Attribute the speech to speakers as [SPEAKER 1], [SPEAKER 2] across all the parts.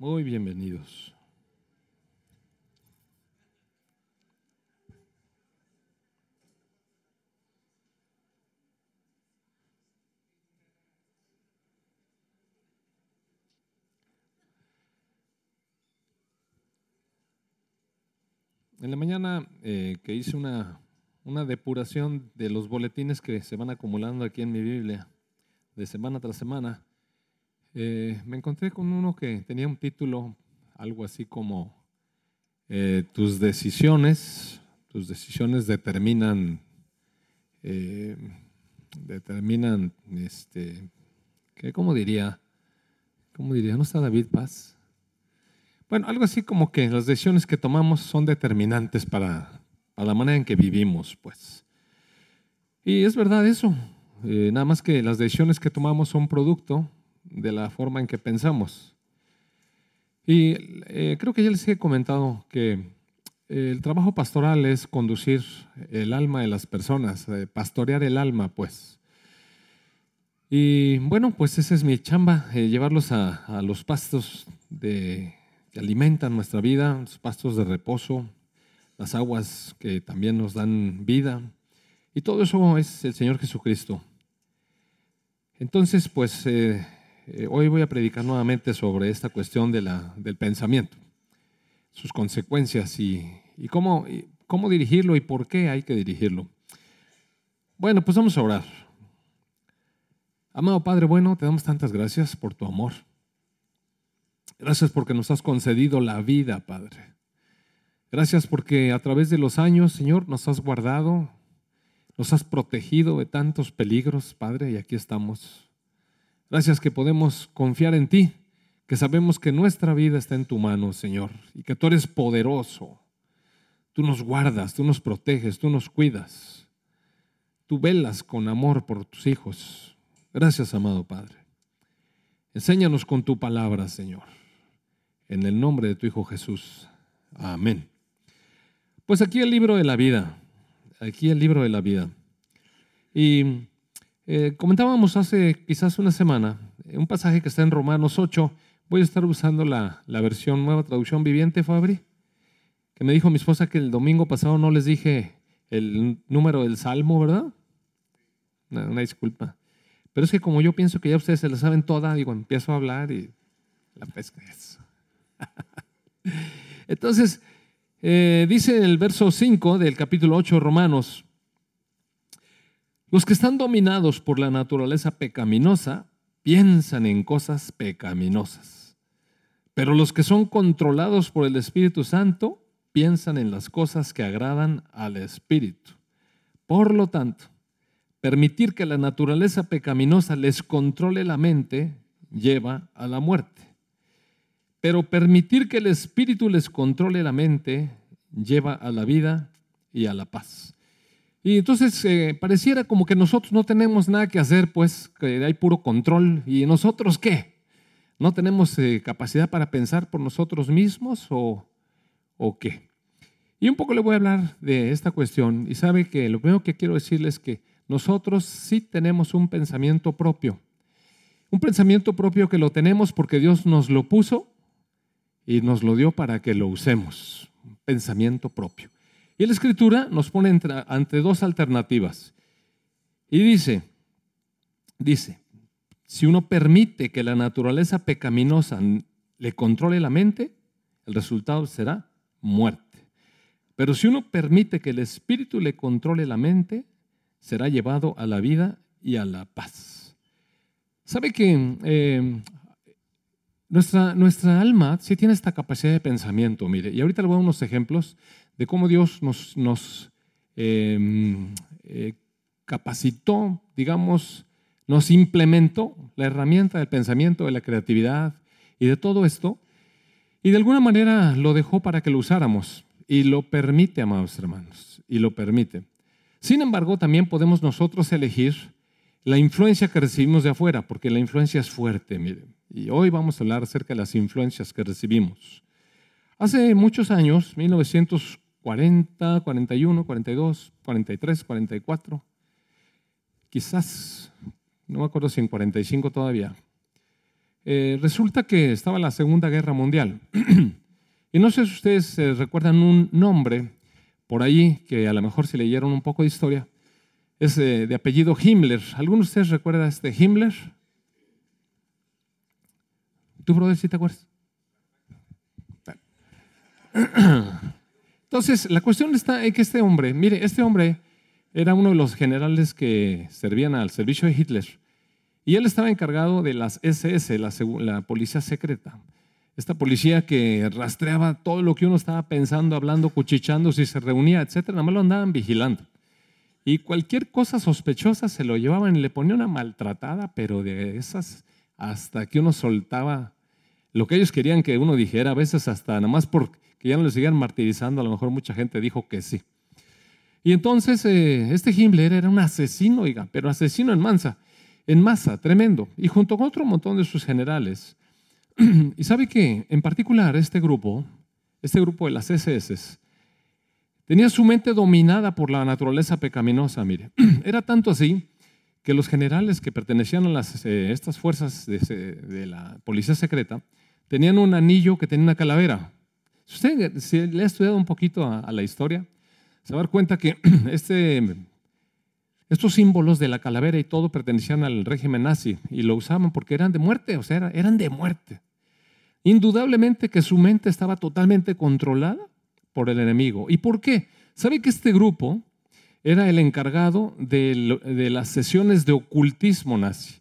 [SPEAKER 1] Muy bienvenidos. En la mañana que hice una depuración de los boletines que se van acumulando aquí en mi Biblia, de semana tras semana, me encontré con uno que tenía un título, algo así como tus decisiones determinan, ¿cómo diría? ¿No está David Paz? Bueno, algo así como que las decisiones que tomamos son determinantes para la manera en que vivimos, pues. Y es verdad eso, nada más que las decisiones que tomamos son producto de la forma en que pensamos. Y creo que ya les he comentado que el trabajo pastoral es conducir el alma de las personas, pastorear el alma, pues. Y bueno, pues esa es mi chamba, llevarlos a los pastos que alimentan nuestra vida, los pastos de reposo, las aguas que también nos dan vida. Y todo eso es el Señor Jesucristo. Entonces, pues hoy voy a predicar nuevamente sobre esta cuestión del pensamiento, sus consecuencias y cómo dirigirlo y por qué hay que dirigirlo. Bueno, pues vamos a orar. Amado Padre bueno, te damos tantas gracias por tu amor. Gracias porque nos has concedido la vida, Padre. Gracias porque a través de los años, Señor, nos has guardado, nos has protegido de tantos peligros, Padre, y aquí estamos. Gracias que podemos confiar en ti, que sabemos que nuestra vida está en tu mano, Señor, y que tú eres poderoso. Tú nos guardas, tú nos proteges, tú nos cuidas. Tú velas con amor por tus hijos. Gracias, amado Padre. Enséñanos con tu palabra, Señor. En el nombre de tu Hijo Jesús. Amén. Pues aquí el libro de la vida. Y comentábamos hace quizás una semana un pasaje que está en Romanos 8. Voy a estar usando la versión Nueva Traducción Viviente, Fabri, que me dijo mi esposa que el domingo pasado no les dije el número del Salmo, ¿verdad? Una disculpa. Pero es que como yo pienso que ya ustedes se la saben toda, digo, empiezo a hablar y la pesca es. Entonces, dice en el verso 5 del capítulo 8 de Romanos: los que están dominados por la naturaleza pecaminosa piensan en cosas pecaminosas, pero los que son controlados por el Espíritu Santo piensan en las cosas que agradan al Espíritu. Por lo tanto, permitir que la naturaleza pecaminosa les controle la mente lleva a la muerte. Pero permitir que el Espíritu les controle la mente lleva a la vida y a la paz. Y entonces pareciera como que nosotros no tenemos nada que hacer, pues, que hay puro control. ¿Y nosotros qué? ¿No tenemos capacidad para pensar por nosotros mismos o qué? Y un poco le voy a hablar de esta cuestión. Y sabe que lo primero que quiero decirles es que nosotros sí tenemos un pensamiento propio. Un pensamiento propio que lo tenemos porque Dios nos lo puso y nos lo dio para que lo usemos. Un pensamiento propio. Y la Escritura nos pone ante dos alternativas. Y dice, si uno permite que la naturaleza pecaminosa le controle la mente, el resultado será muerte. Pero si uno permite que el Espíritu le controle la mente, será llevado a la vida y a la paz. ¿Sabe que nuestra alma sí tiene esta capacidad de pensamiento? Mire, y ahorita le voy a dar unos ejemplos de cómo Dios nos capacitó, digamos, nos implementó la herramienta del pensamiento, de la creatividad y de todo esto, y de alguna manera lo dejó para que lo usáramos, y lo permite, amados hermanos, y lo permite. Sin embargo, también podemos nosotros elegir la influencia que recibimos de afuera, porque la influencia es fuerte, miren. Y hoy vamos a hablar acerca de las influencias que recibimos. Hace muchos años, 1940, 41, 42, 43, 44, quizás, no me acuerdo si en 45 todavía, Resulta que estaba la Segunda Guerra Mundial. Y no sé si ustedes recuerdan un nombre por ahí, que a lo mejor si leyeron un poco de historia, es de apellido Himmler. ¿Alguno de ustedes recuerda a este Himmler? ¿Tú, brother, sí te acuerdas? Entonces, la cuestión está en que este hombre era uno de los generales que servían al servicio de Hitler. Y él estaba encargado de las SS, la policía secreta. Esta policía que rastreaba todo lo que uno estaba pensando, hablando, cuchicheando, si se reunía, etcétera. Nada más lo andaban vigilando. Y cualquier cosa sospechosa se lo llevaban y le ponían una maltratada, pero de esas hasta que uno soltaba lo que ellos querían que uno dijera, a veces hasta nada más porque ya no le sigan martirizando, a lo mejor mucha gente dijo que sí. Y entonces este Himmler era un asesino, oiga, pero asesino en masa, tremendo. Y junto con otro montón de sus generales. Y sabe que en particular este grupo de las SS, tenía su mente dominada por la naturaleza pecaminosa, mire. Era tanto así que los generales que pertenecían a estas fuerzas de la policía secreta tenían un anillo que tenía una calavera. Si usted le ha estudiado un poquito a la historia, se va a dar cuenta que estos símbolos de la calavera y todo pertenecían al régimen nazi y lo usaban porque eran de muerte, o sea, eran de muerte. Indudablemente que su mente estaba totalmente controlada por el enemigo. ¿Y por qué? ¿Sabe que este grupo era el encargado de las sesiones de ocultismo nazi?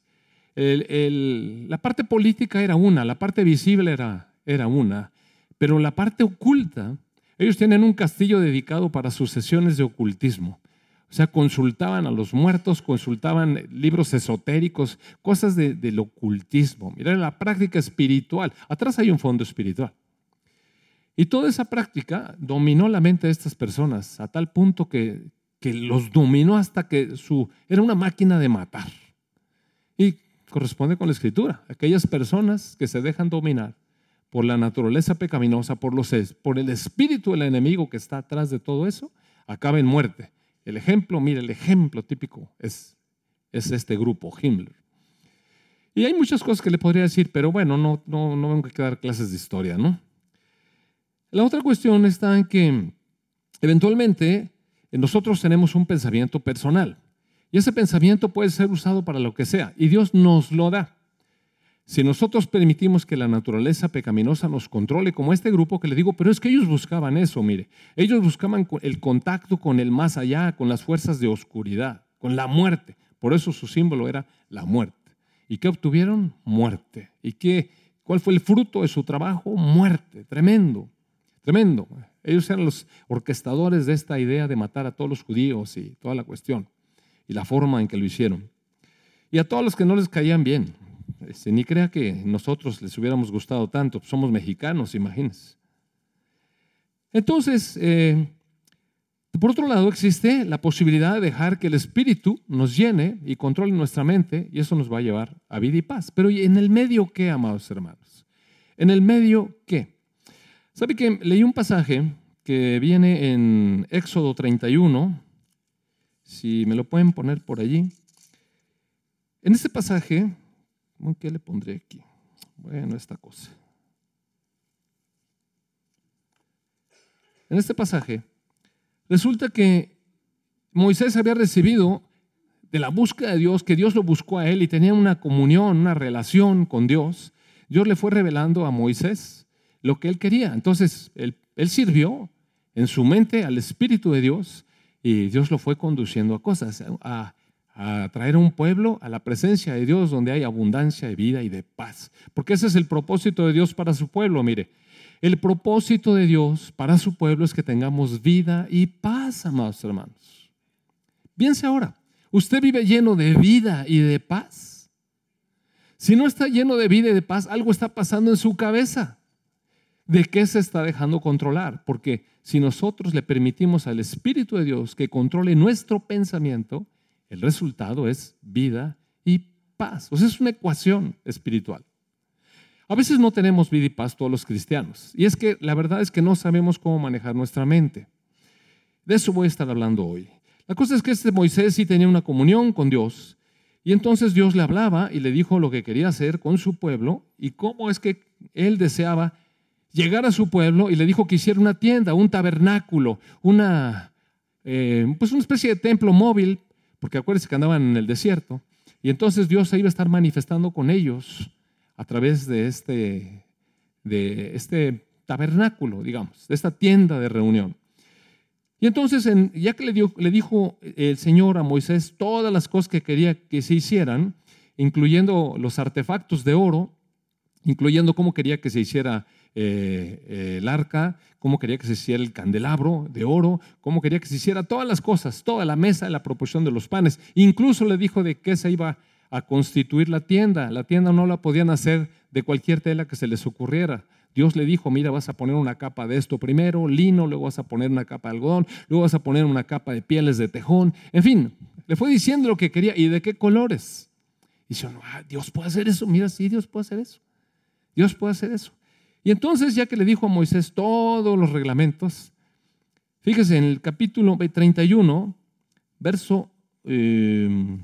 [SPEAKER 1] La parte política era una, la parte visible era una, pero la parte oculta, ellos tienen un castillo dedicado para sus sesiones de ocultismo. O sea, consultaban a los muertos, consultaban libros esotéricos, cosas del ocultismo. Mira, la práctica espiritual. Atrás hay un fondo espiritual. Y toda esa práctica dominó la mente de estas personas a tal punto que los dominó hasta que era una máquina de matar. Y corresponde con la Escritura. Aquellas personas que se dejan dominar por la naturaleza pecaminosa, por el espíritu del enemigo que está atrás de todo eso, acaba en muerte. El ejemplo típico es este grupo, Himmler. Y hay muchas cosas que le podría decir, pero bueno, no vengo a dar clases de historia, ¿no? La otra cuestión está en que eventualmente nosotros tenemos un pensamiento personal y ese pensamiento puede ser usado para lo que sea y Dios nos lo da. Si nosotros permitimos que la naturaleza pecaminosa nos controle, como este grupo que le digo, pero es que ellos buscaban eso, mire, ellos buscaban el contacto con el más allá, con las fuerzas de oscuridad, con la muerte. Por eso su símbolo era la muerte. ¿Y qué obtuvieron? Muerte. ¿Y cuál fue el fruto de su trabajo? Muerte. Tremendo, tremendo. Ellos eran los orquestadores de esta idea de matar a todos los judíos y toda la cuestión y la forma en que lo hicieron. Y a todos los que no les caían bien. Ni crea que nosotros les hubiéramos gustado tanto, somos mexicanos, imagínense. Entonces, por otro lado, existe la posibilidad de dejar que el Espíritu nos llene y controle nuestra mente, y eso nos va a llevar a vida y paz. Pero ¿en el medio qué, amados hermanos? ¿En el medio qué? ¿Sabe que leí un pasaje que viene en Éxodo 31? Si me lo pueden poner por allí. En este pasaje, ¿qué le pondré aquí? Bueno, esta cosa. En este pasaje, resulta que Moisés había recibido de la búsqueda de Dios, que Dios lo buscó a él y tenía una comunión, una relación con Dios. Dios le fue revelando a Moisés lo que él quería. Entonces, él sirvió en su mente al Espíritu de Dios y Dios lo fue conduciendo a cosas, a traer a un pueblo a la presencia de Dios donde hay abundancia de vida y de paz. Porque ese es el propósito de Dios para su pueblo. Mire, el propósito de Dios para su pueblo es que tengamos vida y paz, amados hermanos. Piense ahora, ¿usted vive lleno de vida y de paz? Si no está lleno de vida y de paz, algo está pasando en su cabeza. ¿De qué se está dejando controlar? Porque si nosotros le permitimos al Espíritu de Dios que controle nuestro pensamiento, el resultado es vida y paz. O sea, es una ecuación espiritual. A veces no tenemos vida y paz todos los cristianos. Y es que la verdad es que no sabemos cómo manejar nuestra mente. De eso voy a estar hablando hoy. La cosa es que Moisés sí tenía una comunión con Dios Y entonces Dios le hablaba y le dijo lo que quería hacer con su pueblo y cómo es que él deseaba llegar a su pueblo, y le dijo que hiciera una tienda, un tabernáculo, pues una especie de templo móvil, porque acuérdense que andaban en el desierto. Y entonces Dios se iba a estar manifestando con ellos a través de este tabernáculo, digamos, de esta tienda de reunión. Y entonces, ya que le dijo el Señor a Moisés todas las cosas que quería que se hicieran, incluyendo los artefactos de oro, incluyendo cómo quería que se hiciera el arca, cómo quería que se hiciera el candelabro de oro, cómo quería que se hiciera todas las cosas, toda la mesa, la proporción de los panes. Incluso le dijo de qué se iba a constituir la tienda. La tienda no la podían hacer de cualquier tela que se les ocurriera. Dios le dijo, mira, vas a poner una capa de esto primero, lino, luego vas a poner una capa de algodón, luego vas a poner una capa de pieles de tejón. En fin, le fue diciendo lo que quería y de qué colores. Y dice, no, Dios puede hacer eso. Mira, sí, Dios puede hacer eso. Dios puede hacer eso. Y entonces, ya que le dijo a Moisés todos los reglamentos, fíjese en el capítulo 31, verso 1,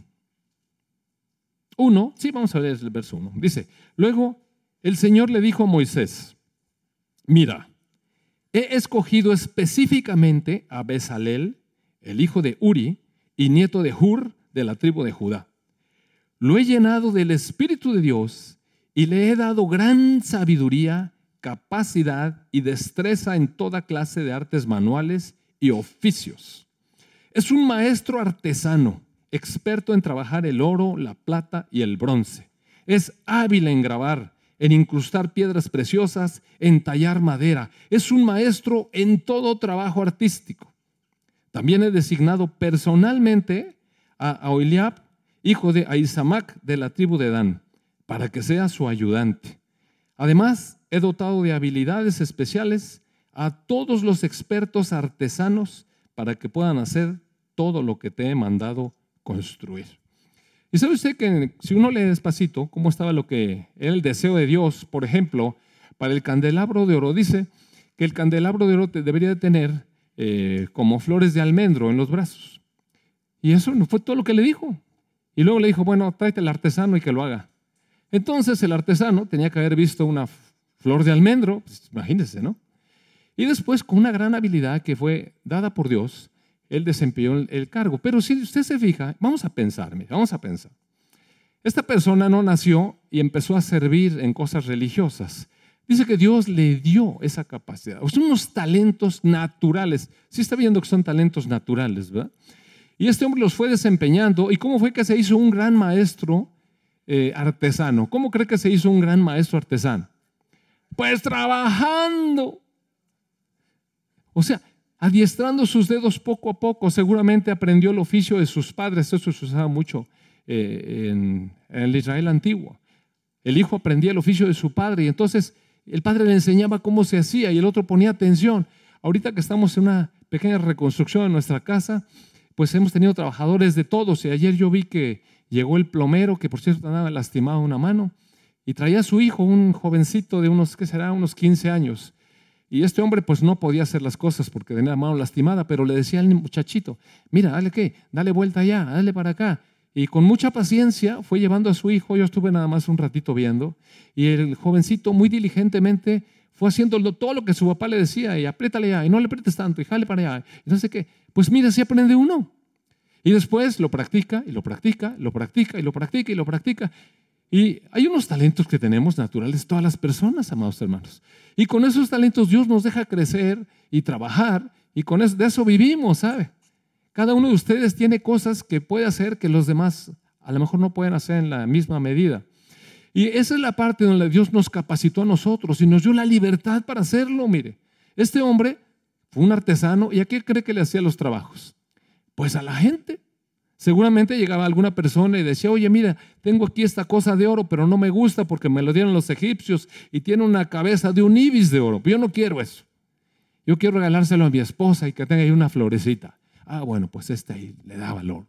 [SPEAKER 1] sí, vamos a ver el verso 1. Dice, luego el Señor le dijo a Moisés, mira, he escogido específicamente a Bezalel, el hijo de Uri y nieto de Hur, de la tribu de Judá. Lo he llenado del Espíritu de Dios y le he dado gran sabiduría, capacidad y destreza en toda clase de artes manuales y oficios. Es un maestro artesano, experto en trabajar el oro, la plata y el bronce. Es hábil en grabar, en incrustar piedras preciosas, en tallar madera. Es un maestro en todo trabajo artístico. También he designado personalmente a Oholiab, hijo de Ahisamac, de la tribu de Dan, para que sea su ayudante. Además, he dotado de habilidades especiales a todos los expertos artesanos para que puedan hacer todo lo que te he mandado construir. Y sabe usted que si uno lee despacito cómo estaba lo que era el deseo de Dios, por ejemplo, para el candelabro de oro, dice que el candelabro de oro debería de tener como flores de almendro en los brazos. Y eso no fue todo lo que le dijo. Y luego le dijo, bueno, tráete al artesano y que lo haga. Entonces el artesano tenía que haber visto una flor de almendro, pues, imagínense, ¿no? Y después, con una gran habilidad que fue dada por Dios, él desempeñó el cargo. Pero si usted se fija, vamos a pensar. Esta persona no nació y empezó a servir en cosas religiosas. Dice que Dios le dio esa capacidad. Son unos talentos naturales. Sí está viendo que son talentos naturales, ¿verdad? Y este hombre los fue desempeñando. ¿Y cómo fue que se hizo un gran maestro artesano? ¿Cómo cree que se hizo un gran maestro artesano? Pues trabajando. O sea, adiestrando sus dedos poco a poco. Seguramente aprendió el oficio de sus padres. Eso se usaba mucho en el Israel antiguo. El hijo aprendía el oficio de su padre y entonces el padre le enseñaba cómo se hacía y el otro ponía atención. Ahorita que estamos en una pequeña reconstrucción de nuestra casa, pues hemos tenido trabajadores de todos. Y ayer yo vi que llegó el plomero, que por cierto andaba lastimado una mano, y traía a su hijo, un jovencito de unos 15 años. Y este hombre pues no podía hacer las cosas porque tenía la mano lastimada, pero le decía al muchachito, mira, dale vuelta allá, dale para acá. Y con mucha paciencia fue llevando a su hijo. Yo estuve nada más un ratito viendo. Y el jovencito muy diligentemente fue haciendo todo lo que su papá le decía. Y apriétale allá, y no le aprietes tanto, y jale para allá. Y no sé qué. Pues mira, así aprende uno. Y después lo practica, y lo practica, lo practica, y lo practica, y lo practica. Y hay unos talentos que tenemos naturales todas las personas, amados hermanos. Y con esos talentos Dios nos deja crecer y trabajar. Y con eso, de eso vivimos, ¿sabe? Cada uno de ustedes tiene cosas que puede hacer que los demás a lo mejor no pueden hacer en la misma medida. Y esa es la parte donde Dios nos capacitó a nosotros y nos dio la libertad para hacerlo. Mire, este hombre fue un artesano. ¿Y a qué cree que le hacía los trabajos? Pues a la gente. Seguramente llegaba alguna persona y decía, oye, mira, tengo aquí esta cosa de oro, pero no me gusta porque me lo dieron los egipcios y tiene una cabeza de un ibis de oro. Yo no quiero eso. Yo quiero regalárselo a mi esposa y que tenga ahí una florecita. Ah, bueno, pues ahí le da valor.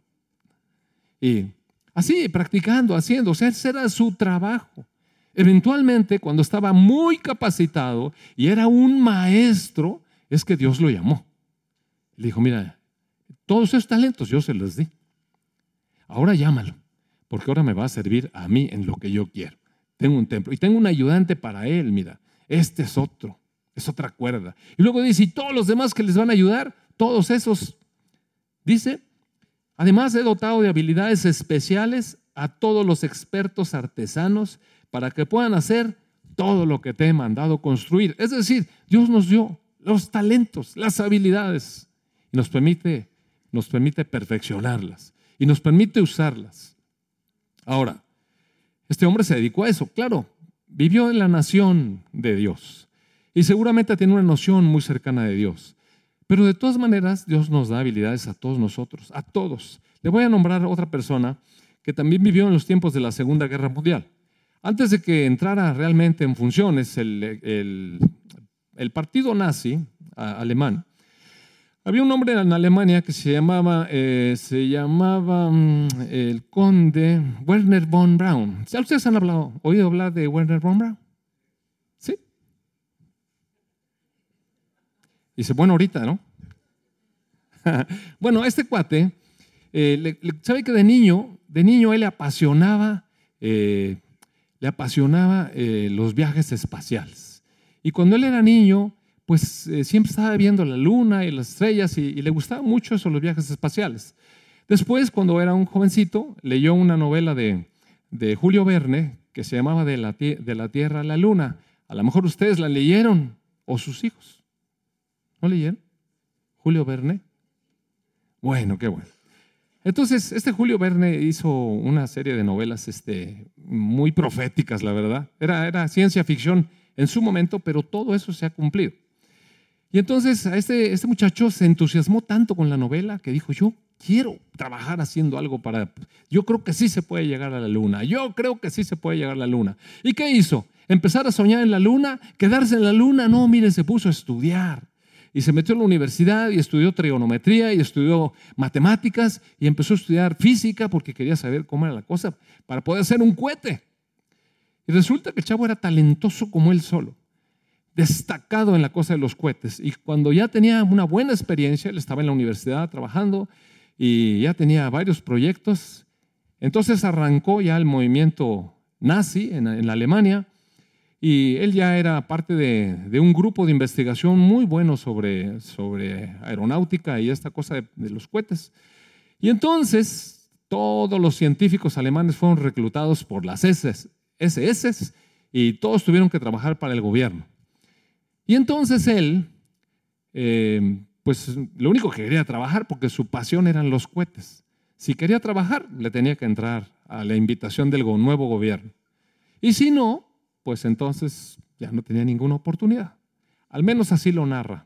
[SPEAKER 1] Y así, practicando, haciendo, o sea, ese era su trabajo. Eventualmente, cuando estaba muy capacitado y era un maestro, es que Dios lo llamó. Le dijo, mira, todos esos talentos yo se los di. Ahora llámalo, porque ahora me va a servir a mí en lo que yo quiero. Tengo un templo y tengo un ayudante para él, mira, este es otro, es otra cuerda. Y luego dice, y todos los demás que les van a ayudar, todos esos, dice, además he dotado de habilidades especiales a todos los expertos artesanos para que puedan hacer todo lo que te he mandado construir. Es decir, Dios nos dio los talentos, las habilidades y nos permite perfeccionarlas y nos permite usarlas. Ahora, este hombre se dedicó a eso, claro, vivió en la nación de Dios y seguramente tiene una noción muy cercana de Dios. Pero de todas maneras, Dios nos da habilidades a todos nosotros, a todos. Le voy a nombrar a otra persona que también vivió en los tiempos de la Segunda Guerra Mundial. Antes de que entrara realmente en funciones el partido nazi alemán, había un hombre en Alemania que se llamaba el conde Wernher von Braun. ¿Ustedes han oído hablar de Wernher von Braun? ¿Sí? Dice, bueno, ahorita, ¿no? Bueno, este cuate, ¿sabe que de niño él le apasionaba los viajes espaciales? Y cuando él era niño, pues siempre estaba viendo la luna y las estrellas y le gustaba mucho eso, los viajes espaciales. Después, cuando era un jovencito, leyó una novela de Julio Verne que se llamaba De la Tierra a la Luna. A lo mejor ustedes la leyeron o sus hijos. ¿No leyeron? Julio Verne. Bueno, qué bueno. Entonces, este Julio Verne hizo una serie de novelas muy proféticas, la verdad. Era ciencia ficción en su momento, pero todo eso se ha cumplido. Y entonces este muchacho se entusiasmó tanto con la novela que dijo, yo quiero trabajar haciendo algo yo creo que sí se puede llegar a la luna, yo creo que sí se puede llegar a la luna. ¿Y qué hizo? ¿Empezar a soñar en la luna? ¿Quedarse en la luna? No, mire, se puso a estudiar. Y se metió en la universidad y estudió trigonometría y estudió matemáticas y empezó a estudiar física porque quería saber cómo era la cosa para poder hacer un cohete. Y resulta que el chavo era talentoso como él solo, destacado en la cosa de los cohetes. Y cuando ya tenía una buena experiencia, él estaba en la universidad trabajando y ya tenía varios proyectos, entonces arrancó ya el movimiento nazi en la Alemania y él ya era parte de un grupo de investigación muy bueno sobre aeronáutica y esta cosa de los cohetes. Y entonces todos los científicos alemanes fueron reclutados por las SS y todos tuvieron que trabajar para el gobierno. Y entonces él, pues lo único que quería trabajar, porque su pasión eran los cohetes. Si quería trabajar, le tenía que entrar a la invitación del nuevo gobierno. Y si no, pues entonces ya no tenía ninguna oportunidad. Al menos así lo narra.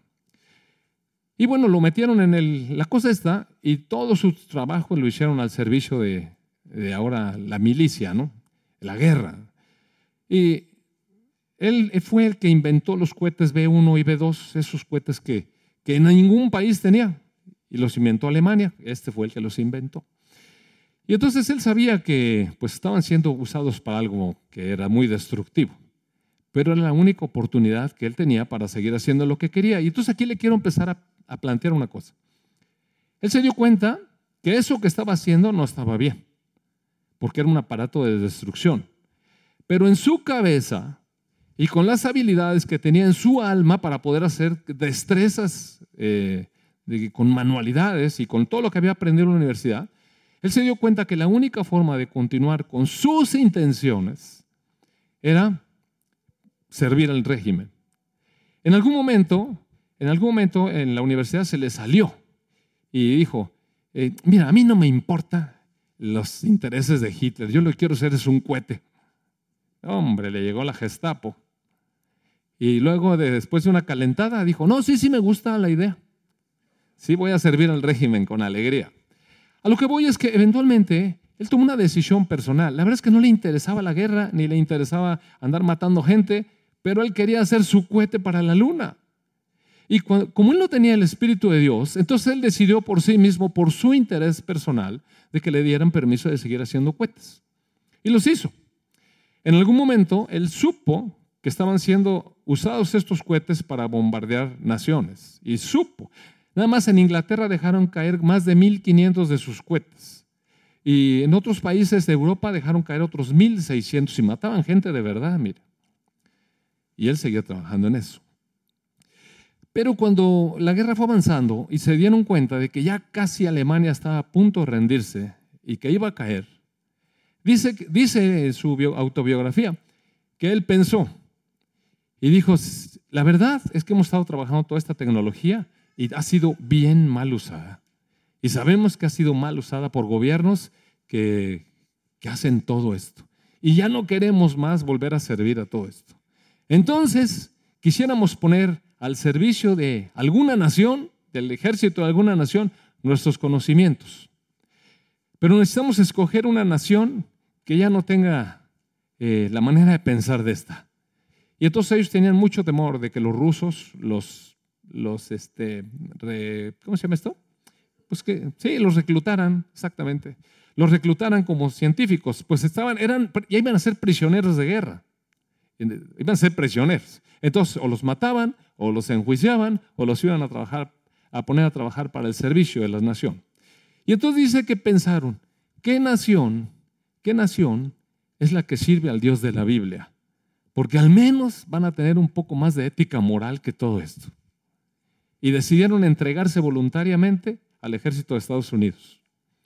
[SPEAKER 1] Y bueno, lo metieron en la cosa esta y todo su trabajo lo hicieron al servicio de ahora la milicia, ¿no? La guerra. Y él fue el que inventó los cohetes B1 y B2, esos cohetes que ningún país tenía. Y los inventó Alemania, este fue el que los inventó. Y entonces él sabía que pues, estaban siendo usados para algo que era muy destructivo, pero era la única oportunidad que él tenía para seguir haciendo lo que quería. Y entonces aquí le quiero empezar a plantear una cosa. Él se dio cuenta que eso que estaba haciendo no estaba bien, porque era un aparato de destrucción. Pero en su cabeza y con las habilidades que tenía en su alma para poder hacer destrezas con manualidades y con todo lo que había aprendido en la universidad, él se dio cuenta que la única forma de continuar con sus intenciones era servir al régimen. En algún momento en la universidad se le salió y dijo, mira, a mí no me importan los intereses de Hitler, yo lo que quiero hacer es un cohete. Hombre, le llegó la Gestapo. Y luego, después de una calentada, dijo, no, sí me gusta la idea. Sí voy a servir al régimen con alegría. A lo que voy es que eventualmente él tomó una decisión personal. La verdad es que no le interesaba la guerra, ni le interesaba andar matando gente, pero él quería hacer su cohete para la luna. Y como él no tenía el Espíritu de Dios, entonces él decidió por sí mismo, por su interés personal, de que le dieran permiso de seguir haciendo cohetes. Y los hizo. En algún momento él supo que estaban siendo usados estos cohetes para bombardear naciones. Y supo. Nada más en Inglaterra dejaron caer más de 1,500 de sus cohetes. Y en otros países de Europa dejaron caer otros 1,600 y mataban gente de verdad, mire. Y él seguía trabajando en eso. Pero cuando la guerra fue avanzando y se dieron cuenta de que ya casi Alemania estaba a punto de rendirse y que iba a caer, dice en su autobiografía que él pensó y dijo, la verdad es que hemos estado trabajando toda esta tecnología y ha sido bien mal usada. Y sabemos que ha sido mal usada por gobiernos que hacen todo esto. Y ya no queremos más volver a servir a todo esto. Entonces, quisiéramos poner al servicio de alguna nación, del ejército de alguna nación, nuestros conocimientos. Pero necesitamos escoger una nación que ya no tenga la manera de pensar de esta. Y entonces ellos tenían mucho temor de que los rusos ¿cómo se llama esto? Pues que sí, los reclutaran, exactamente. Los reclutaran como científicos, pues ya iban a ser prisioneros de guerra. Iban a ser prisioneros. Entonces, o los mataban, o los enjuiciaban, o los iban a poner a trabajar para el servicio de la nación. Y entonces dice que pensaron, ¿qué nación es la que sirve al Dios de la Biblia? Porque al menos van a tener un poco más de ética moral que todo esto. Y decidieron entregarse voluntariamente al ejército de Estados Unidos.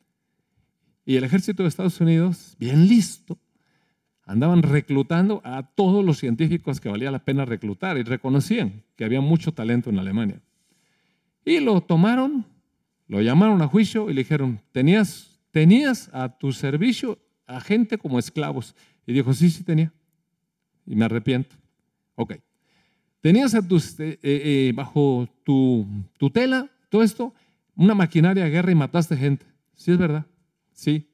[SPEAKER 1] Y el ejército de Estados Unidos, bien listo, andaban reclutando a todos los científicos que valía la pena reclutar y reconocían que había mucho talento en Alemania. Y lo tomaron, lo llamaron a juicio y le dijeron, tenías a tu servicio a gente como esclavos. Y dijo, sí tenía. Y me arrepiento. Ok. Tenías bajo tu tutela, todo esto, una maquinaria de guerra y mataste gente. ¿Sí es verdad? Sí.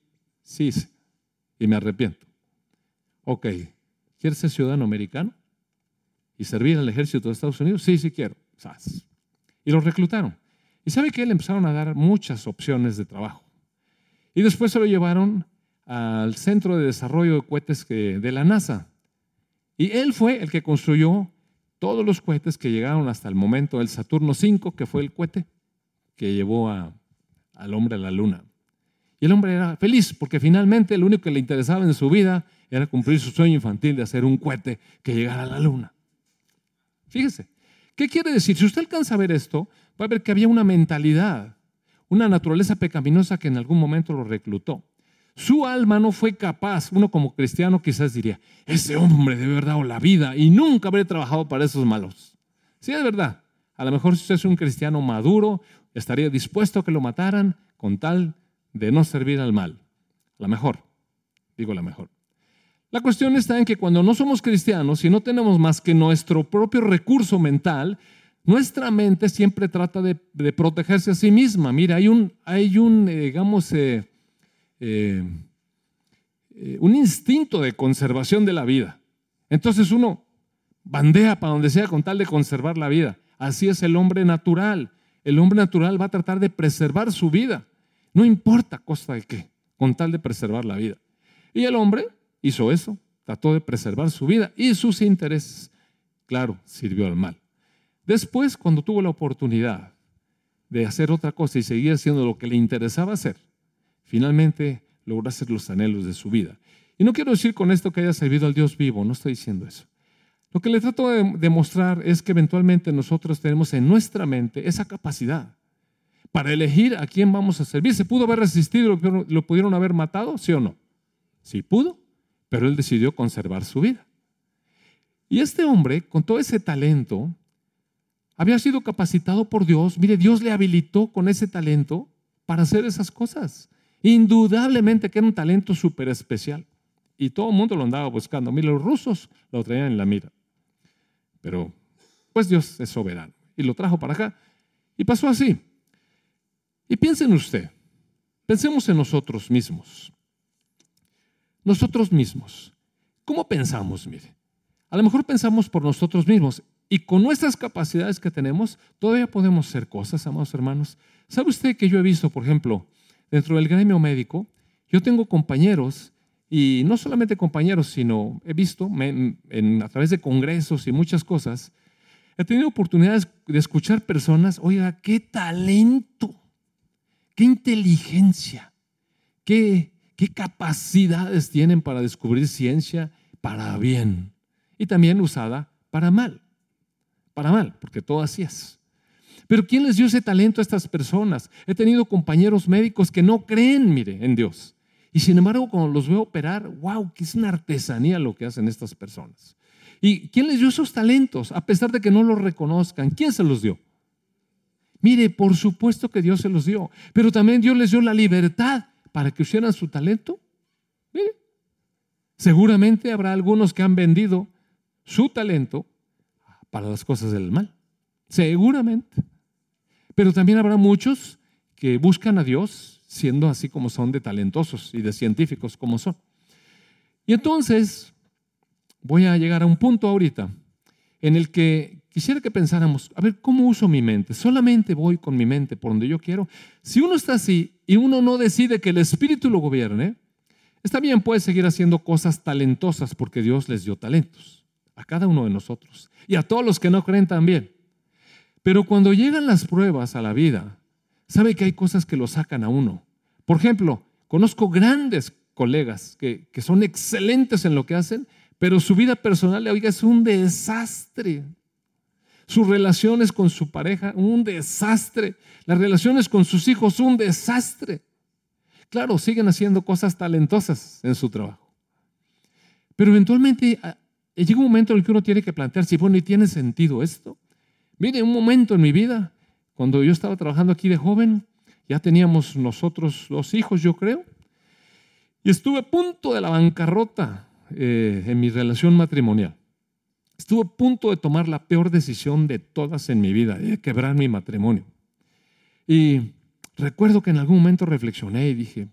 [SPEAKER 1] Y me arrepiento. Ok. ¿Quieres ser ciudadano americano y servir al ejército de Estados Unidos? Sí quiero. Y lo reclutaron. ¿Y sabe qué? Le empezaron a dar muchas opciones de trabajo. Y después se lo llevaron al Centro de Desarrollo de Cohetes de la NASA. Y él fue el que construyó todos los cohetes que llegaron hasta el momento del Saturno V, que fue el cohete que llevó al hombre a la Luna. Y el hombre era feliz porque finalmente lo único que le interesaba en su vida era cumplir su sueño infantil de hacer un cohete que llegara a la Luna. Fíjese, ¿qué quiere decir? Si usted alcanza a ver esto, va a ver que había una mentalidad, una naturaleza pecaminosa que en algún momento lo reclutó. Su alma no fue capaz, uno como cristiano quizás diría, ese hombre debe haber dado la vida y nunca haber trabajado para esos malos. Sí, es verdad. A lo mejor si usted es un cristiano maduro, estaría dispuesto a que lo mataran con tal de no servir al mal. La mejor. La cuestión está en que cuando no somos cristianos y no tenemos más que nuestro propio recurso mental, nuestra mente siempre trata de protegerse a sí misma. Mira, hay un instinto de conservación de la vida. Entonces uno bandea para donde sea con tal de conservar la vida. Así es el hombre natural. El hombre natural va a tratar de preservar su vida. No importa a costa de qué, con tal de preservar la vida. Y el hombre hizo eso, trató de preservar su vida y sus intereses. Claro, sirvió al mal. Después, cuando tuvo la oportunidad de hacer otra cosa y seguir haciendo lo que le interesaba hacer, finalmente logró hacer los anhelos de su vida. Y no quiero decir con esto que haya servido al Dios vivo, no estoy diciendo eso. Lo que le trato de demostrar es que eventualmente nosotros tenemos en nuestra mente esa capacidad para elegir a quién vamos a servir. ¿Se pudo haber resistido y lo pudieron haber matado? ¿Sí o no? Sí pudo, pero él decidió conservar su vida. Y este hombre, con todo ese talento, había sido capacitado por Dios. Mire, Dios le habilitó con ese talento para hacer esas cosas. Indudablemente que era un talento súper especial. Y todo el mundo lo andaba buscando. Mire, los rusos lo traían en la mira. Pero, pues Dios es soberano. Y lo trajo para acá. Y pasó así. Y piensen usted. Pensemos en nosotros mismos. Nosotros mismos. ¿Cómo pensamos? Mire, a lo mejor pensamos por nosotros mismos. Y con nuestras capacidades que tenemos, todavía podemos hacer cosas, amados hermanos. ¿Sabe usted que yo he visto, por ejemplo, dentro del gremio médico, yo tengo compañeros, y no solamente compañeros, sino he visto a través de congresos y muchas cosas, he tenido oportunidades de escuchar personas, oiga, qué talento, qué inteligencia, qué qué capacidades tienen para descubrir ciencia para bien y también usada para mal, porque todo así es. Pero ¿quién les dio ese talento a estas personas? He tenido compañeros médicos que no creen, mire, en Dios. Y sin embargo, cuando los veo operar, wow, que es una artesanía lo que hacen estas personas. ¿Y quién les dio esos talentos? A pesar de que no los reconozcan, ¿quién se los dio? Mire, por supuesto que Dios se los dio, pero también Dios les dio la libertad para que usaran su talento. Mire, seguramente habrá algunos que han vendido su talento para las cosas del mal. Seguramente. Pero también habrá muchos que buscan a Dios siendo así como son de talentosos y de científicos como son. Y entonces voy a llegar a un punto ahorita en el que quisiera que pensáramos, a ver, ¿cómo uso mi mente? ¿Solamente voy con mi mente por donde yo quiero? Si uno está así y uno no decide que el Espíritu lo gobierne, está bien, puede seguir haciendo cosas talentosas porque Dios les dio talentos a cada uno de nosotros y a todos los que no creen también. Pero cuando llegan las pruebas a la vida, sabe que hay cosas que lo sacan a uno. Por ejemplo, conozco grandes colegas que son excelentes en lo que hacen, pero su vida personal, oiga, es un desastre. Sus relaciones con su pareja, un desastre. Las relaciones con sus hijos, un desastre. Claro, siguen haciendo cosas talentosas en su trabajo. Pero eventualmente llega un momento en el que uno tiene que plantearse, bueno, ¿y tiene sentido esto? Mire, un momento en mi vida, cuando yo estaba trabajando aquí de joven, ya teníamos nosotros 2 hijos, yo creo, y estuve a punto de la bancarrota en mi relación matrimonial. Estuve a punto de tomar la peor decisión de todas en mi vida, de quebrar mi matrimonio. Y recuerdo que en algún momento reflexioné y dije,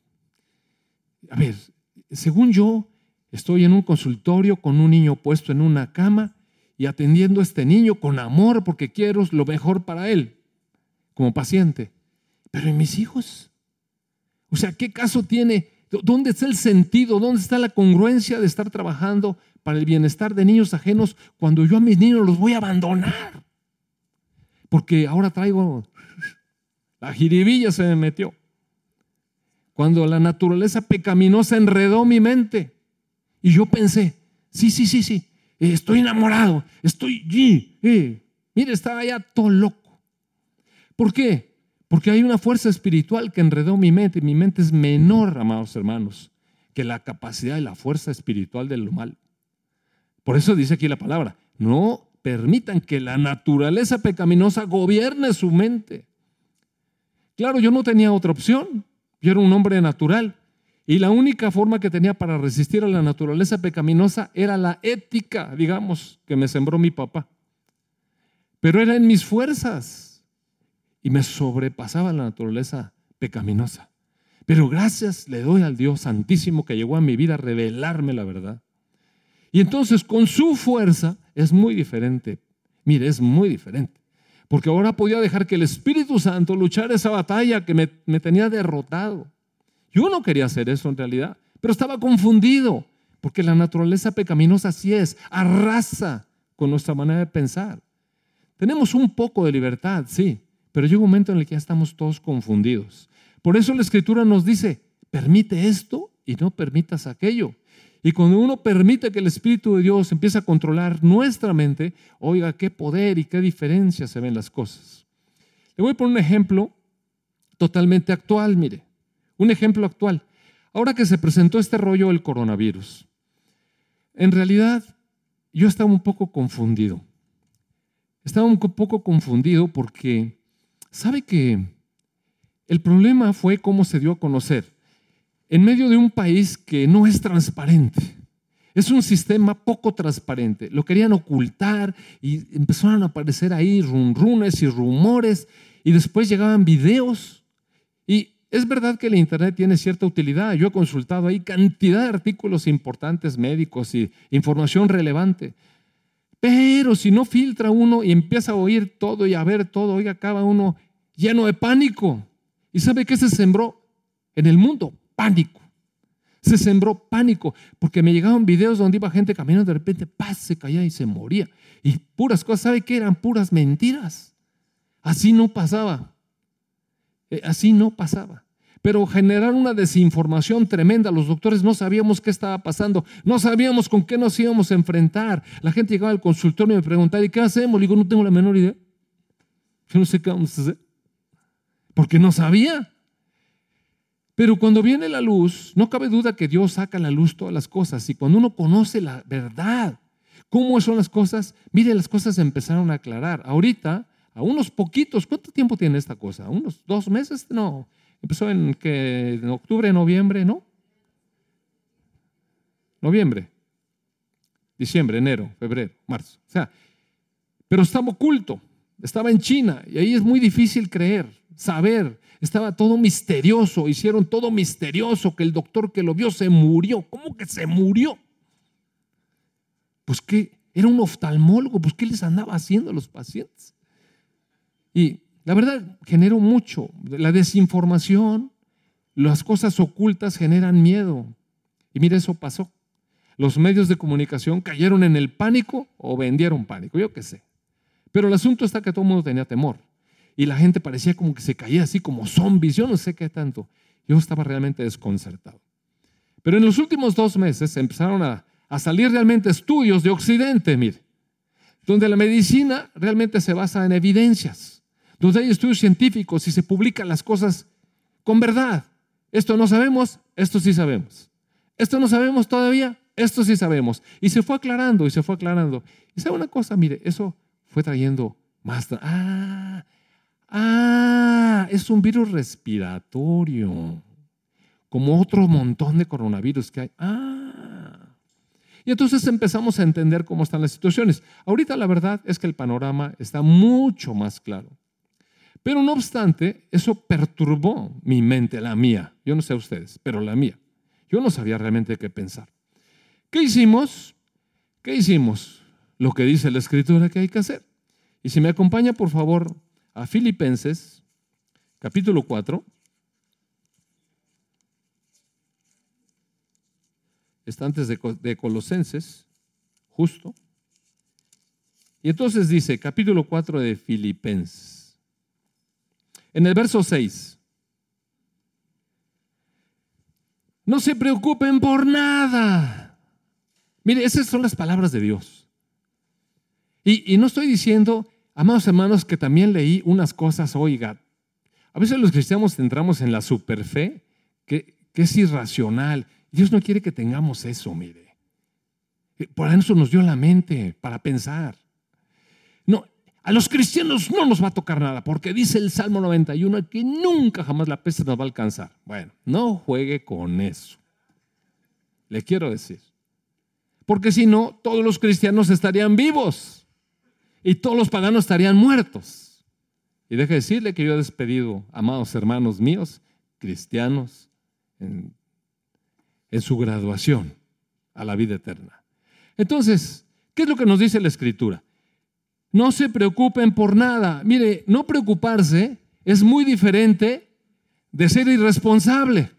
[SPEAKER 1] a ver, según yo, estoy en un consultorio con un niño puesto en una cama y atendiendo a este niño con amor porque quiero lo mejor para él, como paciente. Pero ¿en mis hijos? O sea, ¿qué caso tiene? ¿Dónde está el sentido? ¿Dónde está la congruencia de estar trabajando para el bienestar de niños ajenos cuando yo a mis niños los voy a abandonar? Porque ahora traigo, la jiribilla se me metió. Cuando la naturaleza pecaminosa enredó mi mente y yo pensé, sí, estoy enamorado, mire, estaba ya todo loco. ¿Por qué? Porque hay una fuerza espiritual que enredó mi mente. Mi mente es menor, amados hermanos, que la capacidad y la fuerza espiritual del mal. Por eso dice aquí la palabra, no permitan que la naturaleza pecaminosa gobierne su mente. Claro, yo no tenía otra opción. Yo era un hombre natural. Y la única forma que tenía para resistir a la naturaleza pecaminosa era la ética, digamos, que me sembró mi papá. Pero era en mis fuerzas. Y me sobrepasaba la naturaleza pecaminosa. Pero gracias le doy al Dios Santísimo que llegó a mi vida a revelarme la verdad. Y entonces con su fuerza es muy diferente. Mire, es muy diferente. Porque ahora podía dejar que el Espíritu Santo luchara esa batalla que me tenía derrotado. Yo no quería hacer eso en realidad, pero estaba confundido. Porque la naturaleza pecaminosa así es, arrasa con nuestra manera de pensar. Tenemos un poco de libertad, sí. Pero llega un momento en el que ya estamos todos confundidos. Por eso la Escritura nos dice, permite esto y no permitas aquello. Y cuando uno permite que el Espíritu de Dios empiece a controlar nuestra mente, oiga, qué poder y qué diferencia se ven las cosas. Le voy a poner un ejemplo totalmente actual, mire. Un ejemplo actual. Ahora que se presentó este rollo del coronavirus, en realidad yo estaba un poco confundido. Estaba un poco confundido porque ¿sabe que el problema fue cómo se dio a conocer? En medio de un país que no es transparente. Es un sistema poco transparente. Lo querían ocultar y empezaron a aparecer ahí runrunes y rumores y después llegaban videos. Y es verdad que el internet tiene cierta utilidad. Yo he consultado ahí cantidad de artículos importantes médicos y información relevante. Pero si no filtra uno y empieza a oír todo y a ver todo, oiga, acaba uno lleno de pánico. ¿Y sabe qué se sembró en el mundo? Pánico. Se sembró pánico porque me llegaban videos donde iba gente caminando, de repente se caía y se moría. Y puras cosas, ¿sabe qué? Eran puras mentiras. Así no pasaba. Así no pasaba. pero generaron una desinformación tremenda. Los doctores no sabíamos qué estaba pasando, no sabíamos con qué nos íbamos a enfrentar. La gente llegaba al consultorio y me preguntaba, ¿y qué hacemos? Le digo, no tengo la menor idea. Yo no sé qué vamos a hacer, porque no sabía. Pero cuando viene la luz, no cabe duda que Dios saca a la luz todas las cosas. Y cuando uno conoce la verdad, cómo son las cosas, mire, las cosas se empezaron a aclarar. Ahorita, a unos poquitos, ¿cuánto tiempo tiene esta cosa? ¿Unos 2 meses? No. Empezó en octubre, noviembre, ¿no? Noviembre, diciembre, enero, febrero, marzo. O sea, pero estaba oculto, estaba en China y ahí es muy difícil creer, saber. Estaba todo misterioso, hicieron todo misterioso, que el doctor que lo vio se murió. ¿Cómo que se murió? Pues que era un oftalmólogo, pues ¿qué les andaba haciendo a los pacientes? Y la verdad generó mucho. La desinformación, las cosas ocultas generan miedo. Y mire, eso pasó. Los medios de comunicación cayeron en el pánico o vendieron pánico, yo qué sé. Pero el asunto está que todo el mundo tenía temor. Y la gente parecía como que se caía así como zombies, yo no sé qué tanto. Yo estaba realmente desconcertado. Pero en los últimos 2 meses empezaron a salir realmente estudios de Occidente, mire, donde la medicina realmente se basa en evidencias, donde hay estudios científicos y se publican las cosas con verdad. Esto no sabemos, esto sí sabemos. Esto no sabemos todavía, esto sí sabemos. Y se fue aclarando y se fue aclarando. Y sabe una cosa, mire, eso fue trayendo más. Es un virus respiratorio, como otro montón de coronavirus que hay. Y entonces empezamos a entender cómo están las situaciones. Ahorita la verdad es que el panorama está mucho más claro. Pero no obstante, eso perturbó mi mente, la mía. Yo no sé a ustedes, pero la mía. Yo no sabía realmente qué pensar. ¿Qué hicimos? ¿Qué hicimos? Lo que dice la Escritura que hay que hacer. Y si me acompaña, por favor, a Filipenses, capítulo 4. Está antes de Colosenses, justo. Y entonces dice, capítulo 4 de Filipenses. En el verso 6. No se preocupen por nada. Mire, esas son las palabras de Dios. Y no estoy diciendo, amados hermanos, que también leí unas cosas, oiga, a veces los cristianos entramos en la superfe, que es irracional. Dios no quiere que tengamos eso, mire. Por eso nos dio la mente para pensar. No, a los cristianos no nos va a tocar nada, porque dice el Salmo 91 que nunca jamás la peste nos va a alcanzar. Bueno, no juegue con eso. Le quiero decir. Porque si no, todos los cristianos estarían vivos y todos los paganos estarían muertos. Y deje decirle que yo he despedido, amados hermanos míos, cristianos, en su graduación a la vida eterna. Entonces, ¿qué es lo que nos dice la Escritura? No se preocupen por nada. Mire, no preocuparse es muy diferente de ser irresponsable.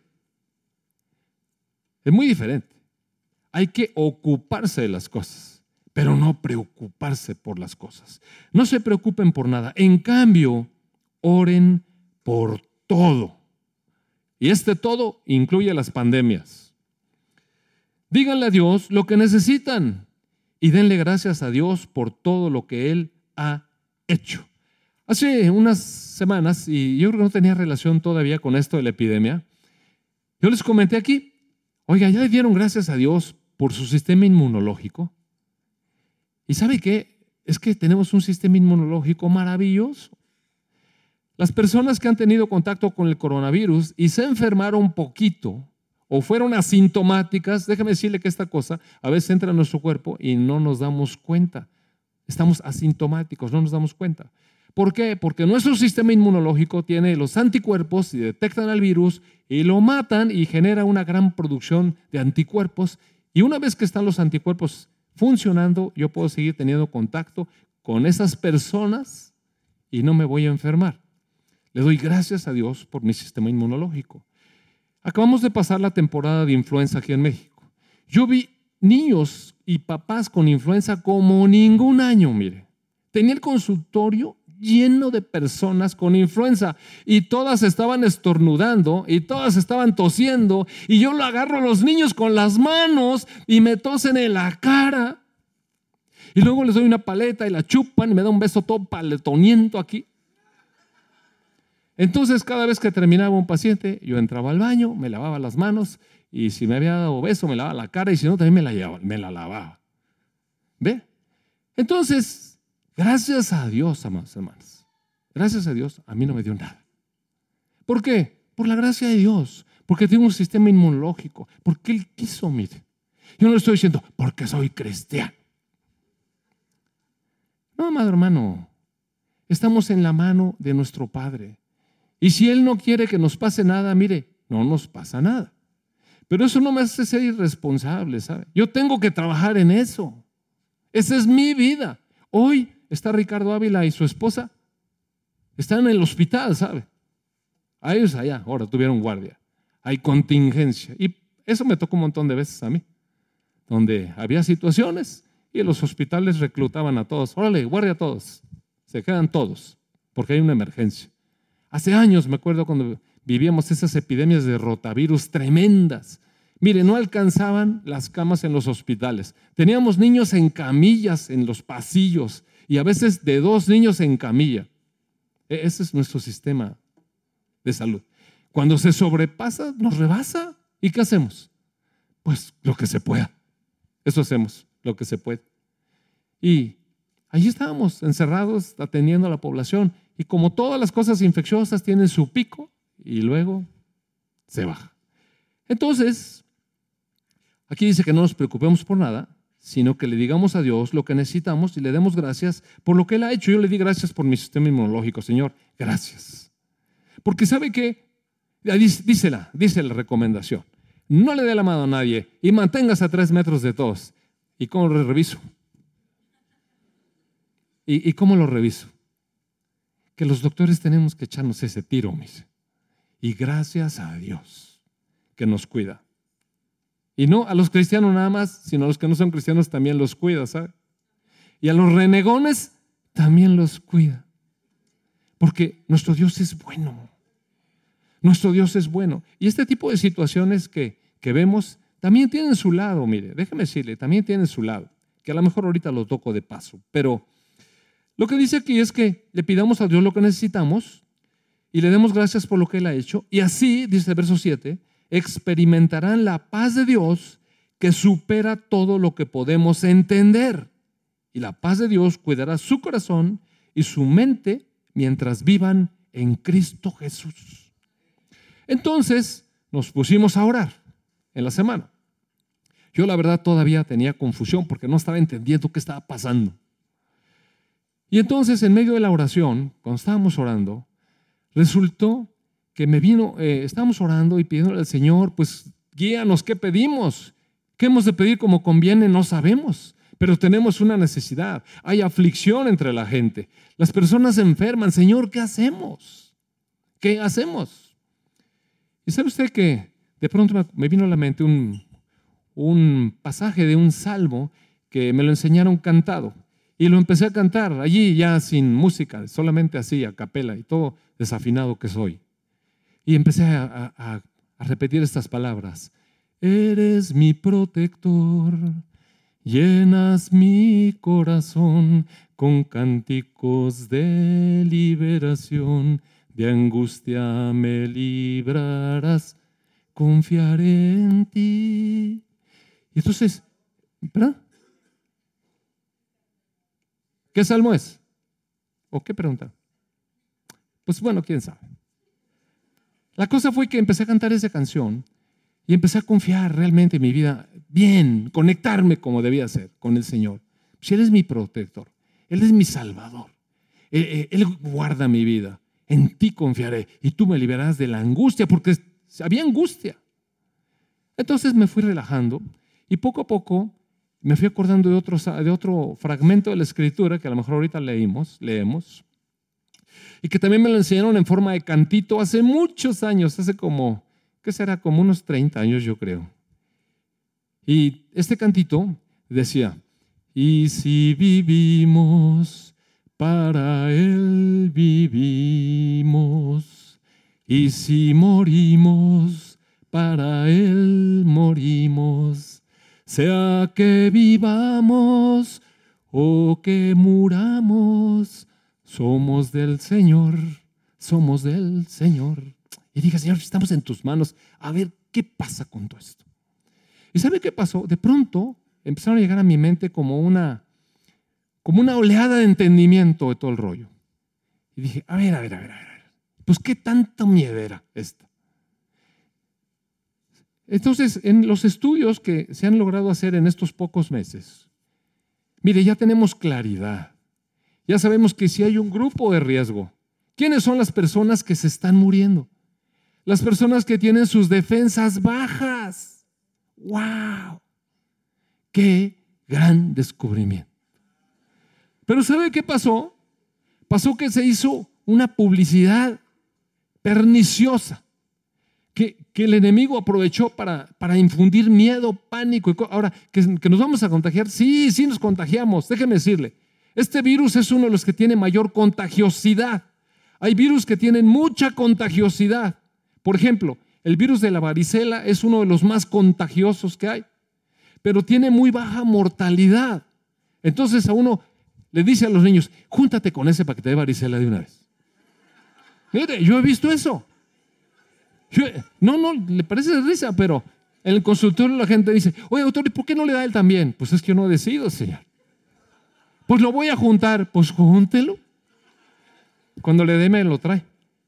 [SPEAKER 1] Es muy diferente. Hay que ocuparse de las cosas, pero no preocuparse por las cosas. No se preocupen por nada. En cambio, oren por todo. Y este todo incluye las pandemias. Díganle a Dios lo que necesitan y denle gracias a Dios por todo lo que Él ha hecho. Hace unas semanas, y yo creo que no tenía relación todavía con esto de la epidemia, yo les comenté aquí, oiga, ya le dieron gracias a Dios por su sistema inmunológico. ¿Y sabe qué? Es que tenemos un sistema inmunológico maravilloso. Las personas que han tenido contacto con el coronavirus y se enfermaron un poquito o fueron asintomáticas, déjame decirle que esta cosa a veces entra en nuestro cuerpo y no nos damos cuenta. Estamos asintomáticos, no nos damos cuenta. ¿Por qué? Porque nuestro sistema inmunológico tiene los anticuerpos y detectan al virus y lo matan y genera una gran producción de anticuerpos. Y una vez que están los anticuerpos funcionando, yo puedo seguir teniendo contacto con esas personas y no me voy a enfermar. Le doy gracias a Dios por mi sistema inmunológico. Acabamos de pasar la temporada de influenza aquí en México. Yo vi niños y papás con influenza como ningún año, mire. Tenía el consultorio lleno de personas con influenza y todas estaban estornudando y todas estaban tosiendo y yo lo agarro a los niños con las manos y me tosen en la cara y luego les doy una paleta y la chupan y me da un beso todo paletoniento aquí. Entonces cada vez que terminaba un paciente yo entraba al baño, me lavaba las manos y si me había dado beso me lavaba la cara y si no también me la lavaba. ¿Ve? Entonces, gracias a Dios, amados hermanos, gracias a Dios, a mí no me dio nada. ¿Por qué? Por la gracia de Dios, porque tengo un sistema inmunológico, porque Él quiso, mire. Yo no le estoy diciendo, porque soy cristiano. No, amado hermano, estamos en la mano de nuestro Padre. Y si Él no quiere que nos pase nada, mire, no nos pasa nada. Pero eso no me hace ser irresponsable, ¿sabe? Yo tengo que trabajar en eso. Esa es mi vida. Hoy está Ricardo Ávila y su esposa. Están en el hospital, ¿sabe? A ellos allá, ahora tuvieron guardia. Hay contingencia. Y eso me tocó un montón de veces a mí. Donde había situaciones y los hospitales reclutaban a todos. Órale, guardia a todos. Se quedan todos, porque hay una emergencia. Hace años me acuerdo cuando vivíamos esas epidemias de rotavirus tremendas. Mire, no alcanzaban las camas en los hospitales. Teníamos niños en camillas en los pasillos y a veces de 2 niños en camilla. Ese es nuestro sistema de salud. Cuando se sobrepasa, nos rebasa. ¿Y qué hacemos? Pues lo que se pueda. Eso hacemos, lo que se puede. Y allí estábamos encerrados atendiendo a la población. Y como todas las cosas infecciosas tienen su pico y luego se baja. Entonces, aquí dice que no nos preocupemos por nada, sino que le digamos a Dios lo que necesitamos y le demos gracias por lo que Él ha hecho. Yo le di gracias por mi sistema inmunológico, Señor, gracias. Porque ¿sabe qué? Dice la recomendación. No le dé la mano a nadie y manténgase a 3 metros de todos. ¿Y cómo lo reviso? ¿Y cómo lo reviso? Que los doctores tenemos que echarnos ese tiro, mis. Y gracias a Dios que nos cuida. Y no a los cristianos nada más, sino a los que no son cristianos también los cuida, ¿sabe? Y a los renegones también los cuida. Porque nuestro Dios es bueno. Nuestro Dios es bueno. Y este tipo de situaciones que vemos también tienen su lado, mire, déjeme decirle, también tienen su lado. Que a lo mejor ahorita lo toco de paso. Pero lo que dice aquí es que le pidamos a Dios lo que necesitamos y le demos gracias por lo que Él ha hecho. Y así, dice el verso 7, experimentarán la paz de Dios que supera todo lo que podemos entender. Y la paz de Dios cuidará su corazón y su mente mientras vivan en Cristo Jesús. Entonces nos pusimos a orar en la semana. Yo la verdad todavía tenía confusión porque no estaba entendiendo qué estaba pasando. Y entonces en medio de la oración, cuando estábamos orando, resultó que estábamos orando y pidiéndole al Señor, pues guíanos, ¿qué pedimos? ¿Qué hemos de pedir como conviene? No sabemos, pero tenemos una necesidad. Hay aflicción entre la gente. Las personas se enferman. Señor, ¿qué hacemos? ¿Qué hacemos? Y sabe usted que de pronto me vino a la mente un pasaje de un salmo que me lo enseñaron cantado. Y lo empecé a cantar allí ya sin música, solamente así, a capela y todo desafinado que soy. Y empecé a repetir estas palabras. Eres mi protector, llenas mi corazón con cánticos de liberación, de angustia me librarás, confiaré en ti. Y entonces, ¿verdad? ¿Qué salmo es? ¿O qué pregunta? Pues bueno, quién sabe. La cosa fue que empecé a cantar esa canción y empecé a confiar realmente en mi vida bien, conectarme como debía ser con el Señor. Si Él es mi protector, Él es mi salvador, Él guarda mi vida, en ti confiaré y tú me liberarás de la angustia porque había angustia. Entonces me fui relajando y poco a poco me fui acordando de otro fragmento de la Escritura que a lo mejor ahorita leemos, y que también me lo enseñaron en forma de cantito hace muchos años, hace como, ¿qué será? Como unos 30 años yo creo. Y este cantito decía, y si vivimos para Él, Y si morimos, para Él morimos, sea que vivamos o que muramos, somos del Señor, somos del Señor. Y diga, Señor, estamos en tus manos, a ver qué pasa con todo esto. ¿Y sabe qué pasó? De pronto empezaron a llegar a mi mente como una oleada de entendimiento de todo el rollo. Y dije, a ver, pues qué tanto miedera esta. Entonces, en los estudios que se han logrado hacer en estos pocos meses, mire, ya tenemos claridad. Ya sabemos que si hay un grupo de riesgo, ¿quiénes son las personas que se están muriendo? Las personas que tienen sus defensas bajas. ¡Wow! ¡Qué gran descubrimiento! Pero ¿sabe qué pasó? Pasó que se hizo una publicidad perniciosa que el enemigo aprovechó para infundir miedo, pánico. Ahora, ¿que nos vamos a contagiar? Sí nos contagiamos. Déjeme decirle, este virus es uno de los que tiene mayor contagiosidad. Hay virus que tienen mucha contagiosidad. Por ejemplo, el virus de la varicela es uno de los más contagiosos que hay, pero tiene muy baja mortalidad. Entonces a uno le dice a los niños, júntate con ese para que te dé varicela de una vez. Mire, yo he visto eso. No, le parece de risa, pero en el consultorio la gente dice, oye, doctor, ¿y por qué no le da él también? Pues es que yo no decido, señor. Pues lo voy a juntar. Pues júntelo. Cuando le dé me lo trae.